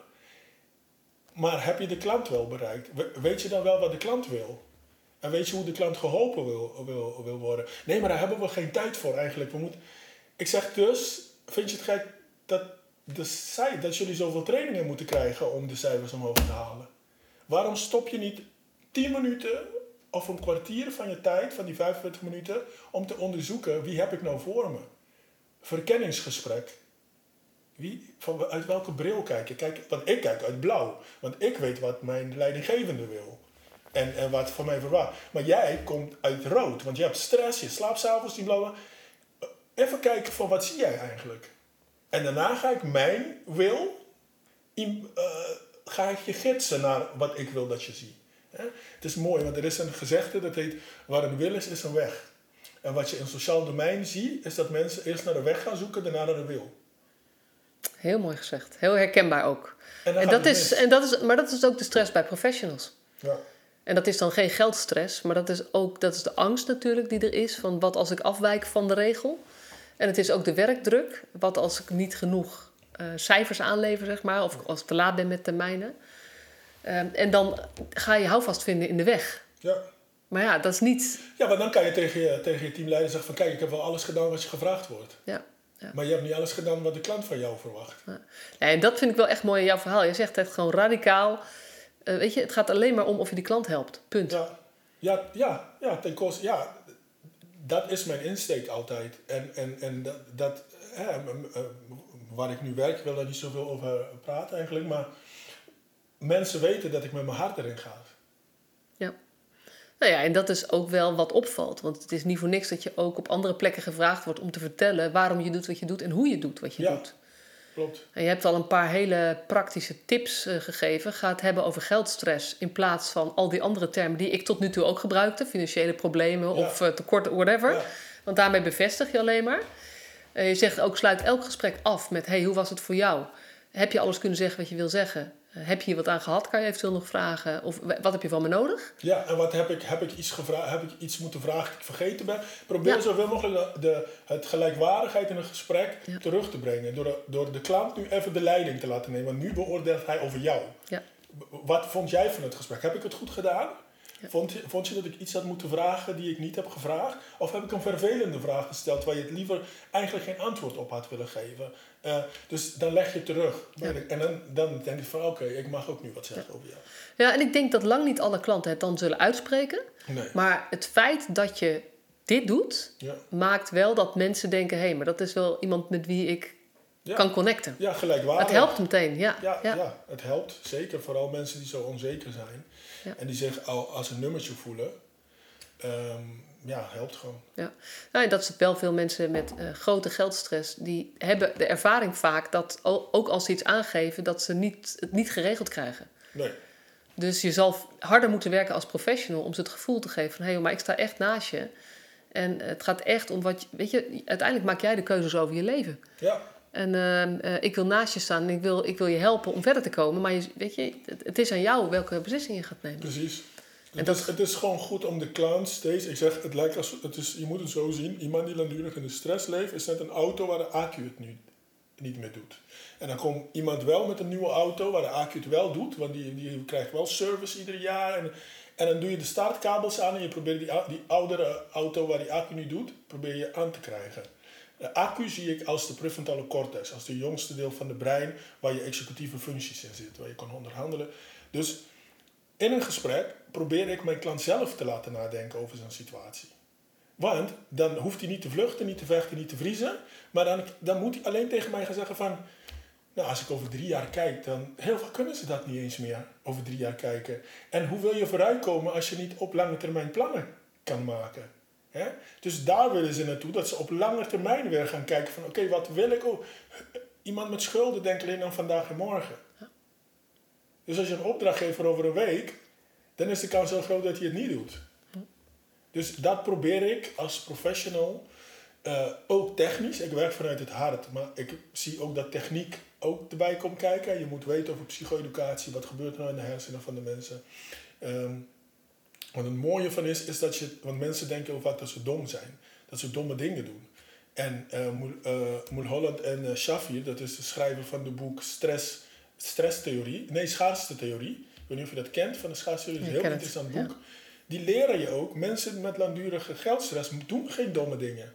Maar heb je de klant wel bereikt? Weet je dan wel wat de klant wil? En weet je hoe de klant geholpen wil, wil, wil worden? Nee, maar daar hebben we geen tijd voor eigenlijk. We moeten... Ik zeg dus, vind je het gek dat, de, dat jullie zoveel trainingen moeten krijgen om de cijfers omhoog te halen? Waarom stop je niet tien minuten of een kwartier van je tijd, van die vijfenveertig minuten, om te onderzoeken wie heb ik nou voor me? Verkenningsgesprek. Wie, van, uit welke bril kijk je? Kijk, want ik kijk uit blauw. Want ik weet wat mijn leidinggevende wil. En, en wat van mij verwacht. Maar jij komt uit rood. Want je hebt stress, je slaapt 's avonds, die blauwe. Even kijken van wat zie jij eigenlijk? En daarna ga ik mijn wil, uh, ga ik je gidsen naar wat ik wil dat je ziet. He? Het is mooi, want er is een gezegde dat heet, waar een wil is, is een weg. En wat je in het sociaal domein ziet, is dat mensen eerst naar de weg gaan zoeken, daarna naar de wil. Heel mooi gezegd. Heel herkenbaar ook. En, en dat is, en dat is, maar dat is ook de stress bij professionals. Ja. En dat is dan geen geldstress, maar dat is ook dat is de angst natuurlijk die er is. Van wat als ik afwijk van de regel. En het is ook de werkdruk. Wat als ik niet genoeg uh, cijfers aanlever, zeg maar. Of als ik te laat ben met termijnen. Um, en dan ga je houvast vinden in de weg. Ja. Maar ja, dat is niet... Ja, maar dan kan je tegen je, tegen je teamleider zeggen van... Kijk, ik heb wel alles gedaan wat je gevraagd wordt. Ja. Ja. Maar je hebt niet alles gedaan wat de klant van jou verwacht. Ja. Ja, en dat vind ik wel echt mooi in jouw verhaal. Je zegt echt gewoon radicaal... Uh, weet je, het gaat alleen maar om of je die klant helpt. Punt. Ja, ja, ja, ja ten koste... Ja, dat is mijn insteek altijd. En, en, en dat... dat hè, waar ik nu werk, ik wil daar niet zoveel over praten eigenlijk. Maar mensen weten dat ik met mijn hart erin ga. Ja. Nou ja, en dat is ook wel wat opvalt. Want het is niet voor niks dat je ook op andere plekken gevraagd wordt om te vertellen waarom je doet wat je doet en hoe je doet wat je ja, doet. Klopt. En je hebt al een paar hele praktische tips uh, gegeven. Ga het hebben over geldstress in plaats van al die andere termen die ik tot nu toe ook gebruikte. Financiële problemen ja. of uh, tekorten, whatever. Ja. Want daarmee bevestig je alleen maar. Uh, je zegt ook, sluit elk gesprek af met, hey, hoe was het voor jou? Heb je alles kunnen zeggen wat je wil zeggen? Heb je hier wat aan gehad? Kan je eventueel nog vragen? Of wat heb je van me nodig? Ja, en wat heb ik, heb ik, iets, gevra- heb ik iets moeten vragen dat ik vergeten ben? Probeer ja. zoveel mogelijk de, de, het gelijkwaardigheid in een gesprek ja. terug te brengen. Door de, door de klant nu even de leiding te laten nemen. Want nu beoordeelt hij over jou. Ja. Wat vond jij van het gesprek? Heb ik het goed gedaan? Ja. Vond, je, vond je dat ik iets had moeten vragen die ik niet heb gevraagd? Of heb ik een vervelende vraag gesteld waar je het liever eigenlijk geen antwoord op had willen geven? Uh, dus dan leg je terug. Ja. En dan, dan denk ik van oké, okay, ik mag ook nu wat zeggen ja. over jou. Ja, en ik denk dat lang niet alle klanten het dan zullen uitspreken. Nee. Maar het feit dat je dit doet, ja. maakt wel dat mensen denken... hé, hey, maar dat is wel iemand met wie ik ja. kan connecten. Ja, gelijkwaardig. Het helpt meteen, ja. Ja, ja. ja. ja, het helpt. Zeker vooral mensen die zo onzeker zijn. Ja. En die zich al als een nummertje voelen. Um, ja, helpt gewoon. Ja. Nou, en dat is wel veel mensen met uh, grote geldstress. Die hebben de ervaring vaak dat ook als ze iets aangeven... dat ze niet, het niet geregeld krijgen. Nee. Dus je zal harder moeten werken als professional... om ze het gevoel te geven van... hé, hey, maar ik sta echt naast je. En het gaat echt om wat... Je, weet je, uiteindelijk maak jij de keuzes over je leven. Ja. En uh, uh, ik wil naast je staan en ik wil, ik wil je helpen om verder te komen. Maar je, weet je, het, het is aan jou welke beslissing je gaat nemen. Precies. En het, dat... is, het is gewoon goed om de klant steeds... Ik zeg, het lijkt als... Het is, je moet het zo zien. Iemand die langdurig in de stress leeft... is net een auto waar de accu het nu niet meer doet. En dan komt iemand wel met een nieuwe auto... waar de accu het wel doet. Want die, die krijgt wel service ieder jaar. En, en dan doe je de startkabels aan... en je probeert die, die oudere auto waar die accu nu doet... probeer je aan te krijgen. De accu zie ik als de prefrontale cortex, als de jongste deel van het brein waar je executieve functies in zitten, waar je kan onderhandelen. Dus in een gesprek probeer ik mijn klant zelf te laten nadenken over zijn situatie. Want dan hoeft hij niet te vluchten, niet te vechten, niet te vriezen, maar dan, dan moet hij alleen tegen mij gaan zeggen van, nou als ik over drie jaar kijk, dan heel veel kunnen ze dat niet eens meer, over drie jaar kijken. En hoe wil je vooruitkomen als je niet op lange termijn plannen kan maken? He? Dus daar willen ze naartoe, dat ze op lange termijn weer gaan kijken van oké, okay, wat wil ik? Oh, iemand met schulden denkt alleen aan vandaag en morgen. Ja. Dus als je een opdrachtgever over een week, dan is de kans heel groot dat hij het niet doet. Ja. Dus dat probeer ik als professional Uh, ook technisch, ik werk vanuit het hart, maar ik zie ook dat techniek ook erbij komt kijken. Je moet weten over psycho-educatie, wat gebeurt er nou in de hersenen van de mensen. Um, wat het mooie van is, is dat je, want mensen denken heel vaak dat ze dom zijn, dat ze domme dingen doen. En uh, Mulholland en uh, Shafir, dat is de schrijver van het boek Stress, Stresstheorie, nee, Schaarste-theorie. Ik weet niet of je dat kent, van de Schaarste-theorie, dat is een heel interessant boek. Ja. Die leren je ook, mensen met langdurige geldstress doen geen domme dingen.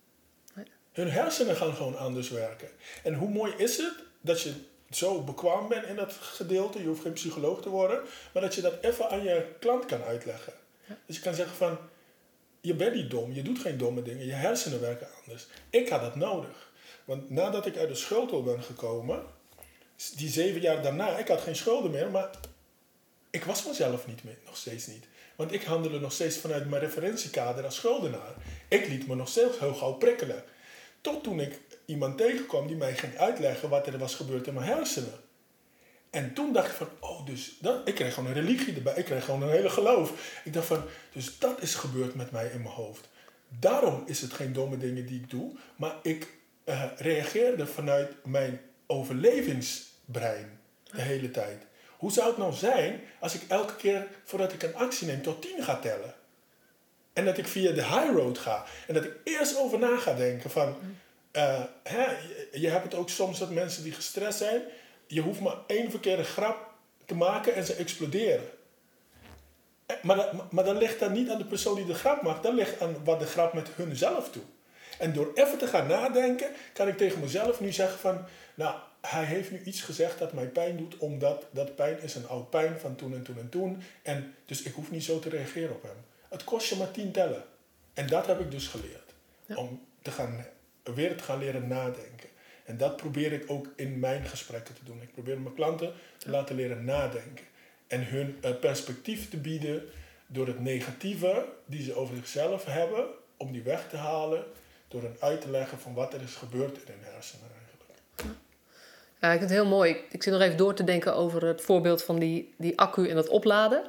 Hun hersenen gaan gewoon anders werken. En hoe mooi is het dat je zo bekwaam bent in dat gedeelte. Je hoeft geen psycholoog te worden. Maar dat je dat even aan je klant kan uitleggen. Ja. Dus je kan zeggen van, je bent niet dom. Je doet geen domme dingen. Je hersenen werken anders. Ik had dat nodig. Want nadat ik uit de schulden ben gekomen, die zeven jaar daarna, ik had geen schulden meer. Maar ik was mezelf niet meer. Nog steeds niet. Want ik handelde nog steeds vanuit mijn referentiekader als schuldenaar. Ik liet me nog steeds heel gauw prikkelen. Tot toen ik iemand tegenkwam die mij ging uitleggen wat er was gebeurd in mijn hersenen. En toen dacht ik van, oh, dus dat, ik kreeg gewoon een religie erbij. Ik kreeg gewoon een hele geloof. Ik dacht van, dus dat is gebeurd met mij in mijn hoofd. Daarom is het geen domme dingen die ik doe. Maar ik uh, reageerde vanuit mijn overlevingsbrein de hele tijd. Hoe zou het nou zijn als ik elke keer voordat ik een actie neem tot tien ga tellen? En dat ik via de high road ga. En dat ik eerst over na ga denken van... Uh, hè, je, je hebt het ook soms dat mensen die gestrest zijn... Je hoeft maar één verkeerde grap te maken en ze exploderen. Maar dat, maar dat ligt dan niet aan de persoon die de grap maakt. Dat ligt aan wat de grap met hunzelf doet. En door even te gaan nadenken... kan ik tegen mezelf nu zeggen van... Nou, hij heeft nu iets gezegd dat mij pijn doet... omdat dat pijn is een oud pijn van toen en toen en toen. En dus ik hoef niet zo te reageren op hem. Het kost je maar tien tellen. En dat heb ik dus geleerd. Ja. Om te gaan, weer te gaan leren nadenken. En dat probeer ik ook in mijn gesprekken te doen. Ik probeer mijn klanten te laten leren nadenken. En hun uh, perspectief te bieden door het negatieve die ze over zichzelf hebben, om die weg te halen, door hen uit te leggen van wat er is gebeurd in hun hersenen eigenlijk. Ja, ik vind het heel mooi. Ik zit nog even door te denken over het voorbeeld van die, die accu en het opladen.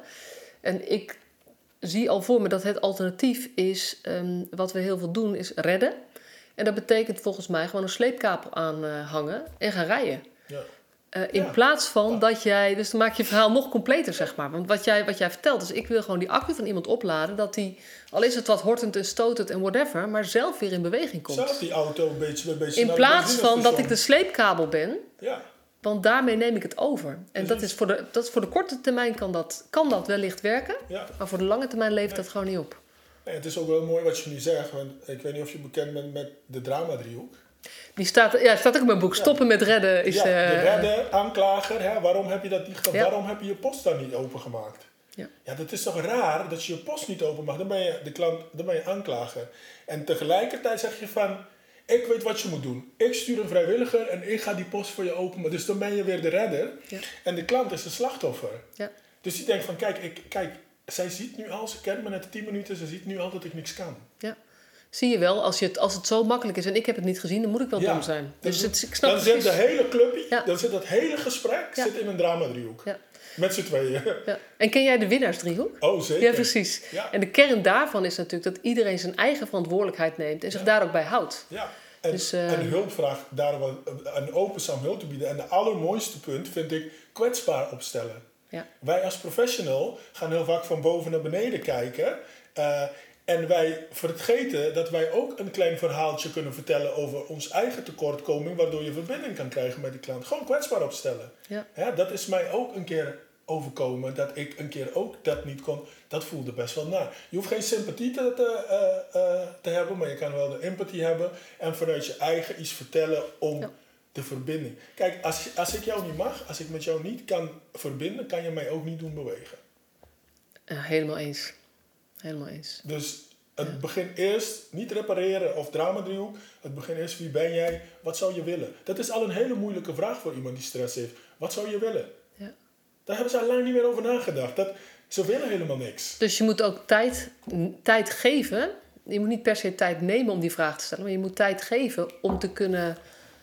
En ik zie al voor me dat het alternatief is, um, wat we heel veel doen, is redden. En dat betekent volgens mij gewoon een sleepkapel aanhangen uh, en gaan rijden. Ja. Uh, in ja. plaats van ja. dat jij... Dus dan maak je verhaal nog completer, zeg maar. Want wat jij, wat jij vertelt is... Ik wil gewoon die accu van iemand opladen... dat die, al is het wat hortend en stotend en whatever... maar zelf weer in beweging komt. Zelf die auto een beetje... Een beetje in plaats van dat ik de sleepkabel ben... Ja. Want daarmee neem ik het over. En dat is voor de, dat is voor de korte termijn kan dat, kan dat wellicht werken... Ja. maar voor de lange termijn levert nee. dat gewoon niet op. Nee, het is ook wel mooi wat je nu zegt... want ik weet niet of je bekend bent met de drama-driehoek... Die staat, ja, staat ook in mijn boek. Ja. Stoppen met redden is... Ja, de uh, redden, aanklager. Hè? Waarom heb je dat niet gedaan? Ja. Waarom heb je je post dan niet opengemaakt? Ja. ja, dat is toch raar dat je je post niet open mag. Dan ben je de klant, dan ben je aanklager. En tegelijkertijd zeg je van... Ik weet wat je moet doen. Ik stuur een vrijwilliger en ik ga die post voor je openen. Dus dan ben je weer de redder. Ja. En de klant is de slachtoffer. Ja. Dus die denkt van... Kijk, ik, kijk, zij ziet nu al... Ze kent me net tien minuten. Ze ziet nu al dat ik niks kan. Ja. Zie je wel, als, je het, als het zo makkelijk is en ik heb het niet gezien, dan moet ik wel ja, dom zijn. Dus het, ik snap dan zit de hele clubje, ja. dan zit dat hele gesprek ja. zit in een drama-driehoek. Ja. Met z'n tweeën. Ja. En ken jij de winnaarsdriehoek? Oh, zeker. Ja, precies. Ja. En de kern daarvan is natuurlijk dat iedereen zijn eigen verantwoordelijkheid neemt en zich ja. daar ook bij houdt. Ja. En, dus, uh, en hulp vraagt daar een openzaam hulp te bieden. En de allermooiste punt vind ik kwetsbaar opstellen. Ja. Wij als professional gaan heel vaak van boven naar beneden kijken... Uh, En wij vergeten dat wij ook een klein verhaaltje kunnen vertellen over ons eigen tekortkoming, waardoor je verbinding kan krijgen met die klant. Gewoon kwetsbaar opstellen. Ja. Ja, dat is mij ook een keer overkomen, dat ik een keer ook dat niet kon. Dat voelde best wel naar. Je hoeft geen sympathie te, te, uh, uh, te hebben, maar je kan wel de empathie hebben en vanuit je eigen iets vertellen om ja. de verbinding. Kijk, als, als ik jou niet mag, als ik met jou niet kan verbinden, kan je mij ook niet doen bewegen. Ja, helemaal eens. Helemaal eens. Dus het ja. begint eerst niet repareren of drama-driehoek. Het begint eerst wie ben jij, wat zou je willen? Dat is al een hele moeilijke vraag voor iemand die stress heeft. Wat zou je willen? Ja. Daar hebben ze al lang niet meer over nagedacht. Dat, ze willen helemaal niks. Dus je moet ook tijd, tijd geven. Je moet niet per se tijd nemen om die vraag te stellen. Maar je moet tijd geven om te kunnen,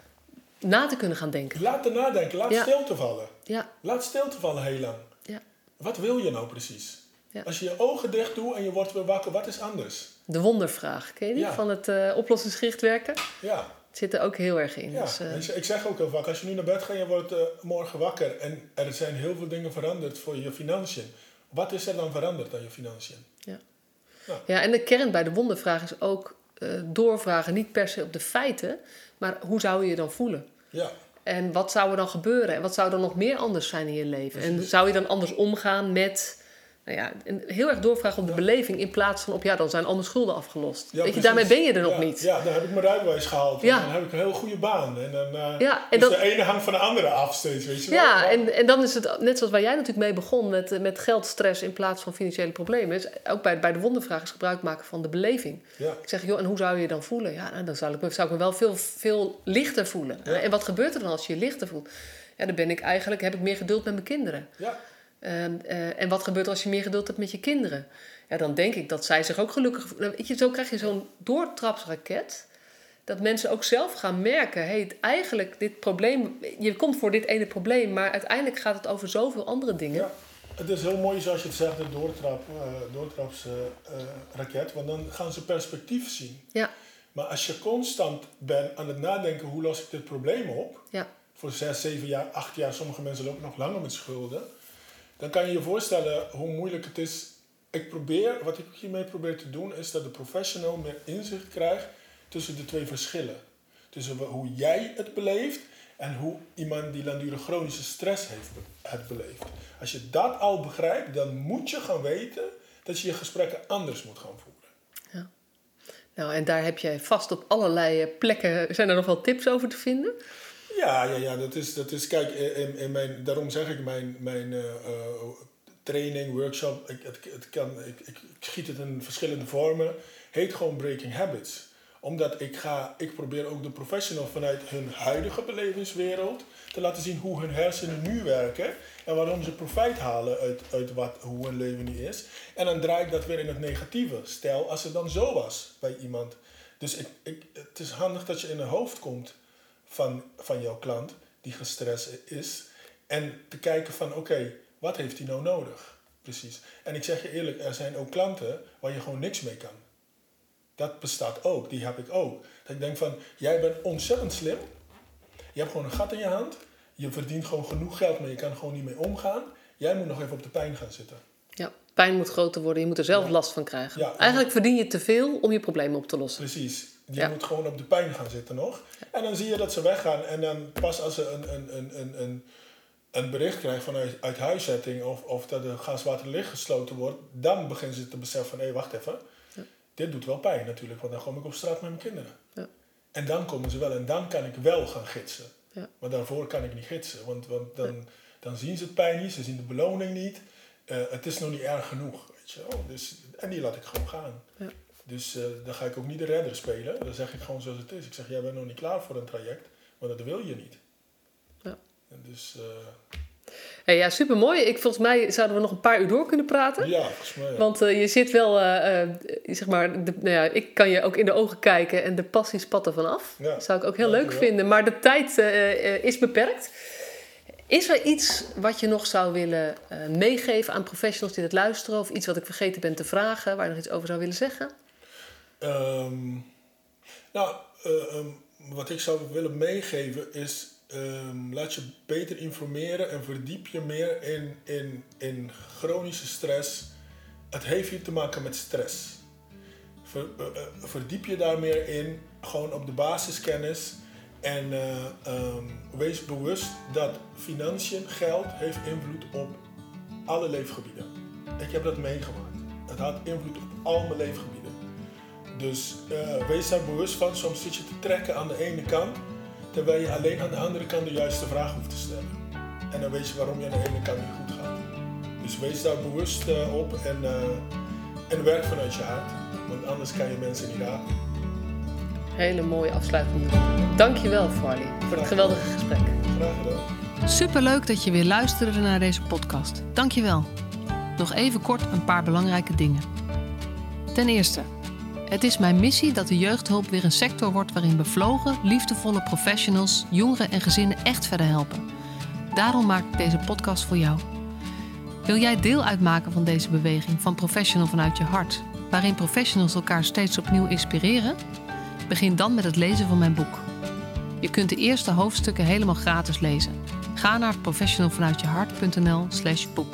na te kunnen gaan denken. Laat er nadenken. Laat ja. stil te vallen. Ja. Laat stil te vallen heel lang. Ja. Wat wil je nou precies? Ja. Als je je ogen dicht doet en je wordt weer wakker, wat is anders? De wondervraag, ken je die? Ja. Van het uh, oplossingsgericht werken. Ja. Het zit er ook heel erg in. Ja. Dus, uh... Ik zeg ook heel vaak, als je nu naar bed gaat en je wordt uh, morgen wakker en er zijn heel veel dingen veranderd voor je financiën. Wat is er dan veranderd aan je financiën? Ja. Ja. Ja, en de kern bij de wondervraag is ook uh, doorvragen, niet per se op de feiten, maar hoe zou je je dan voelen? Ja. En wat zou er dan gebeuren? En wat zou er nog meer anders zijn in je leven? En zou je dan anders omgaan met... Nou ja, heel erg doorvragen op de ja. beleving in plaats van op... ja, dan zijn al mijn schulden afgelost. Ja, Weet je, daarmee ben je er nog ja, niet. Ja, dan heb ik mijn rijbewijs gehaald. Ja. En dan heb ik een heel goede baan. En dan uh, ja, en dus dat, de ene hangt van de andere af steeds, weet je wel. Ja, en, en dan is het net zoals waar jij natuurlijk mee begon... met, met geldstress in plaats van financiële problemen. Is ook bij, bij de wondervraag is gebruik maken van de beleving. Ja. Ik zeg, joh, en hoe zou je je dan voelen? Ja, nou, dan zou ik, me, zou ik me wel veel, veel lichter voelen. Ja. En wat gebeurt er dan als je je lichter voelt? Ja, dan ben ik eigenlijk, heb ik meer geduld met mijn kinderen. Ja. Uh, uh, en wat gebeurt er als je meer geduld hebt met je kinderen? Ja, dan denk ik dat zij zich ook gelukkig voelen. Weet je, zo krijg je zo'n doortrapsraket. Dat mensen ook zelf gaan merken... Hey, eigenlijk dit probleem... Je komt voor dit ene probleem... maar uiteindelijk gaat het over zoveel andere dingen. Ja, het is heel mooi zoals je het zegt... de doortrap, uh, doortrapsraket. Uh, want dan gaan ze perspectief zien. Ja. Maar als je constant bent aan het nadenken... hoe los ik dit probleem op... Ja. Voor zes, zeven jaar, acht jaar... sommige mensen lopen nog langer met schulden... dan kan je je voorstellen hoe moeilijk het is. Ik probeer, wat ik hiermee probeer te doen, is dat de professional meer inzicht krijgt tussen de twee verschillen. Tussen hoe jij het beleeft en hoe iemand die langdurige chronische stress heeft het beleeft. Als je dat al begrijpt, dan moet je gaan weten dat je je gesprekken anders moet gaan voeren. Ja. Nou, en daar heb jij vast op allerlei plekken, zijn er nog wel tips over te vinden? Ja, ja, ja, dat is, dat is kijk, in, in mijn, daarom zeg ik mijn, mijn uh, training, workshop, ik, het, het kan, ik, ik, ik schiet het in verschillende vormen, heet gewoon Breaking Habits. Omdat ik ga, ik probeer ook de professional vanuit hun huidige belevingswereld te laten zien hoe hun hersenen nu werken en waarom ze profijt halen uit, uit wat, hoe hun leven nu is. En dan draai ik dat weer in het negatieve. Stel, als het dan zo was bij iemand. Dus ik, ik, het is handig dat je in het hoofd komt van, van jouw klant die gestrest is. En te kijken van oké, okay, wat heeft hij nou nodig? Precies. En ik zeg je eerlijk, er zijn ook klanten waar je gewoon niks mee kan. Dat bestaat ook, die heb ik ook. Dat ik denk van, jij bent ontzettend slim. Je hebt gewoon een gat in je hand. Je verdient gewoon genoeg geld, maar je kan er gewoon niet mee omgaan. Jij moet nog even op de pijn gaan zitten. Ja, pijn moet groter worden. Je moet er zelf ja. last van krijgen. Ja, Eigenlijk verdien je te veel om je problemen op te lossen. Precies. Je ja. moet gewoon op de pijn gaan zitten nog. En dan zie je dat ze weggaan. En dan pas als ze een, een, een, een, een, een bericht krijgen vanuit uit huiszetting... Of, of dat de gaswaterlicht gesloten wordt... dan beginnen ze te beseffen van, hé, hey, wacht even. Ja. Dit doet wel pijn natuurlijk, want dan kom ik op straat met mijn kinderen. Ja. En dan komen ze wel en dan kan ik wel gaan gidsen. Ja. Maar daarvoor kan ik niet gidsen, want, want dan, ja. dan zien ze het pijn niet, ze zien de beloning niet. Uh, het is nog niet erg genoeg, weet je wel. Dus, en die laat ik gewoon gaan. Ja. Dus uh, dan ga ik ook niet de redder spelen. Dan zeg ik gewoon zoals het is. Ik zeg, jij bent nog niet klaar voor een traject, maar dat wil je niet. Ja. En dus... Uh, Hey, ja, supermooi. Ik, volgens mij zouden we nog een paar uur door kunnen praten. Ja, volgens mij. Ja. Want uh, je zit wel, uh, uh, zeg maar, de, nou ja, ik kan je ook in de ogen kijken en de passie spat er vanaf. Ja. Dat zou ik ook heel Dank leuk vinden. Maar de tijd uh, uh, is beperkt. Is er iets wat je nog zou willen uh, meegeven aan professionals die het luisteren? Of iets wat ik vergeten ben te vragen, waar je nog iets over zou willen zeggen? Um, nou, uh, um, wat ik zou willen meegeven is... Um, laat je beter informeren en verdiep je meer in, in, in chronische stress. Het heeft hier te maken met stress. Ver, uh, uh, verdiep je daar meer in, gewoon op de basiskennis. En uh, um, wees bewust dat financiën, geld, heeft invloed op alle leefgebieden. Ik heb dat meegemaakt. Het had invloed op al mijn leefgebieden. Dus uh, wees daar bewust van. Soms zit je te trekken aan de ene kant... terwijl je alleen aan de andere kant de juiste vraag hoeft te stellen. En dan weet je waarom je aan de ene kant niet goed gaat. Dus wees daar bewust uh, op en, uh, en werk vanuit je hart. Want anders kan je mensen niet raken. Hele mooie afsluitende woorden. Dankjewel, Farley, voor het geweldige gesprek. Graag gedaan. Superleuk dat je weer luisterde naar deze podcast. Dankjewel. Nog even kort een paar belangrijke dingen. Ten eerste... Het is mijn missie dat de jeugdhulp weer een sector wordt waarin bevlogen, liefdevolle professionals, jongeren en gezinnen echt verder helpen. Daarom maak ik deze podcast voor jou. Wil jij deel uitmaken van deze beweging van Professional vanuit je hart, waarin professionals elkaar steeds opnieuw inspireren? Begin dan met het lezen van mijn boek. Je kunt de eerste hoofdstukken helemaal gratis lezen. Ga naar professionalvanuitjehart.nl slash boek.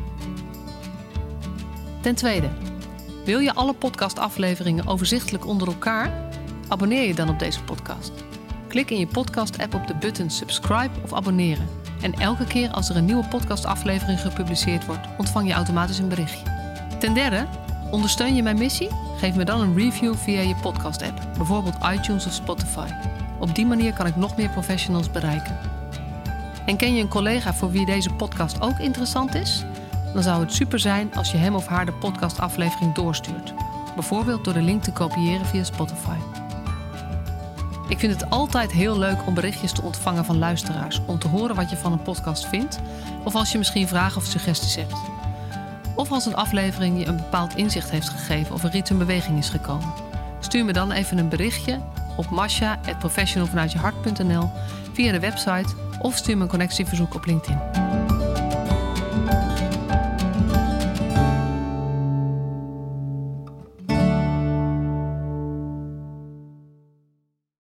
Ten tweede, wil je alle podcastafleveringen overzichtelijk onder elkaar? Abonneer je dan op deze podcast. Klik in je podcast-app op de button subscribe of abonneren. En elke keer als er een nieuwe podcastaflevering gepubliceerd wordt, ontvang je automatisch een berichtje. Ten derde, ondersteun je mijn missie? Geef me dan een review via je podcast-app, bijvoorbeeld iTunes of Spotify. Op die manier kan ik nog meer professionals bereiken. En ken je een collega voor wie deze podcast ook interessant is? Dan zou het super zijn als je hem of haar de podcastaflevering doorstuurt. Bijvoorbeeld door de link te kopiëren via Spotify. Ik vind het altijd heel leuk om berichtjes te ontvangen van luisteraars, om te horen wat je van een podcast vindt, of als je misschien vragen of suggesties hebt. Of als een aflevering je een bepaald inzicht heeft gegeven of er iets in beweging is gekomen. Stuur me dan even een berichtje op masha at professionalvanuitjehart punt n l via de website of stuur me een connectieverzoek op LinkedIn.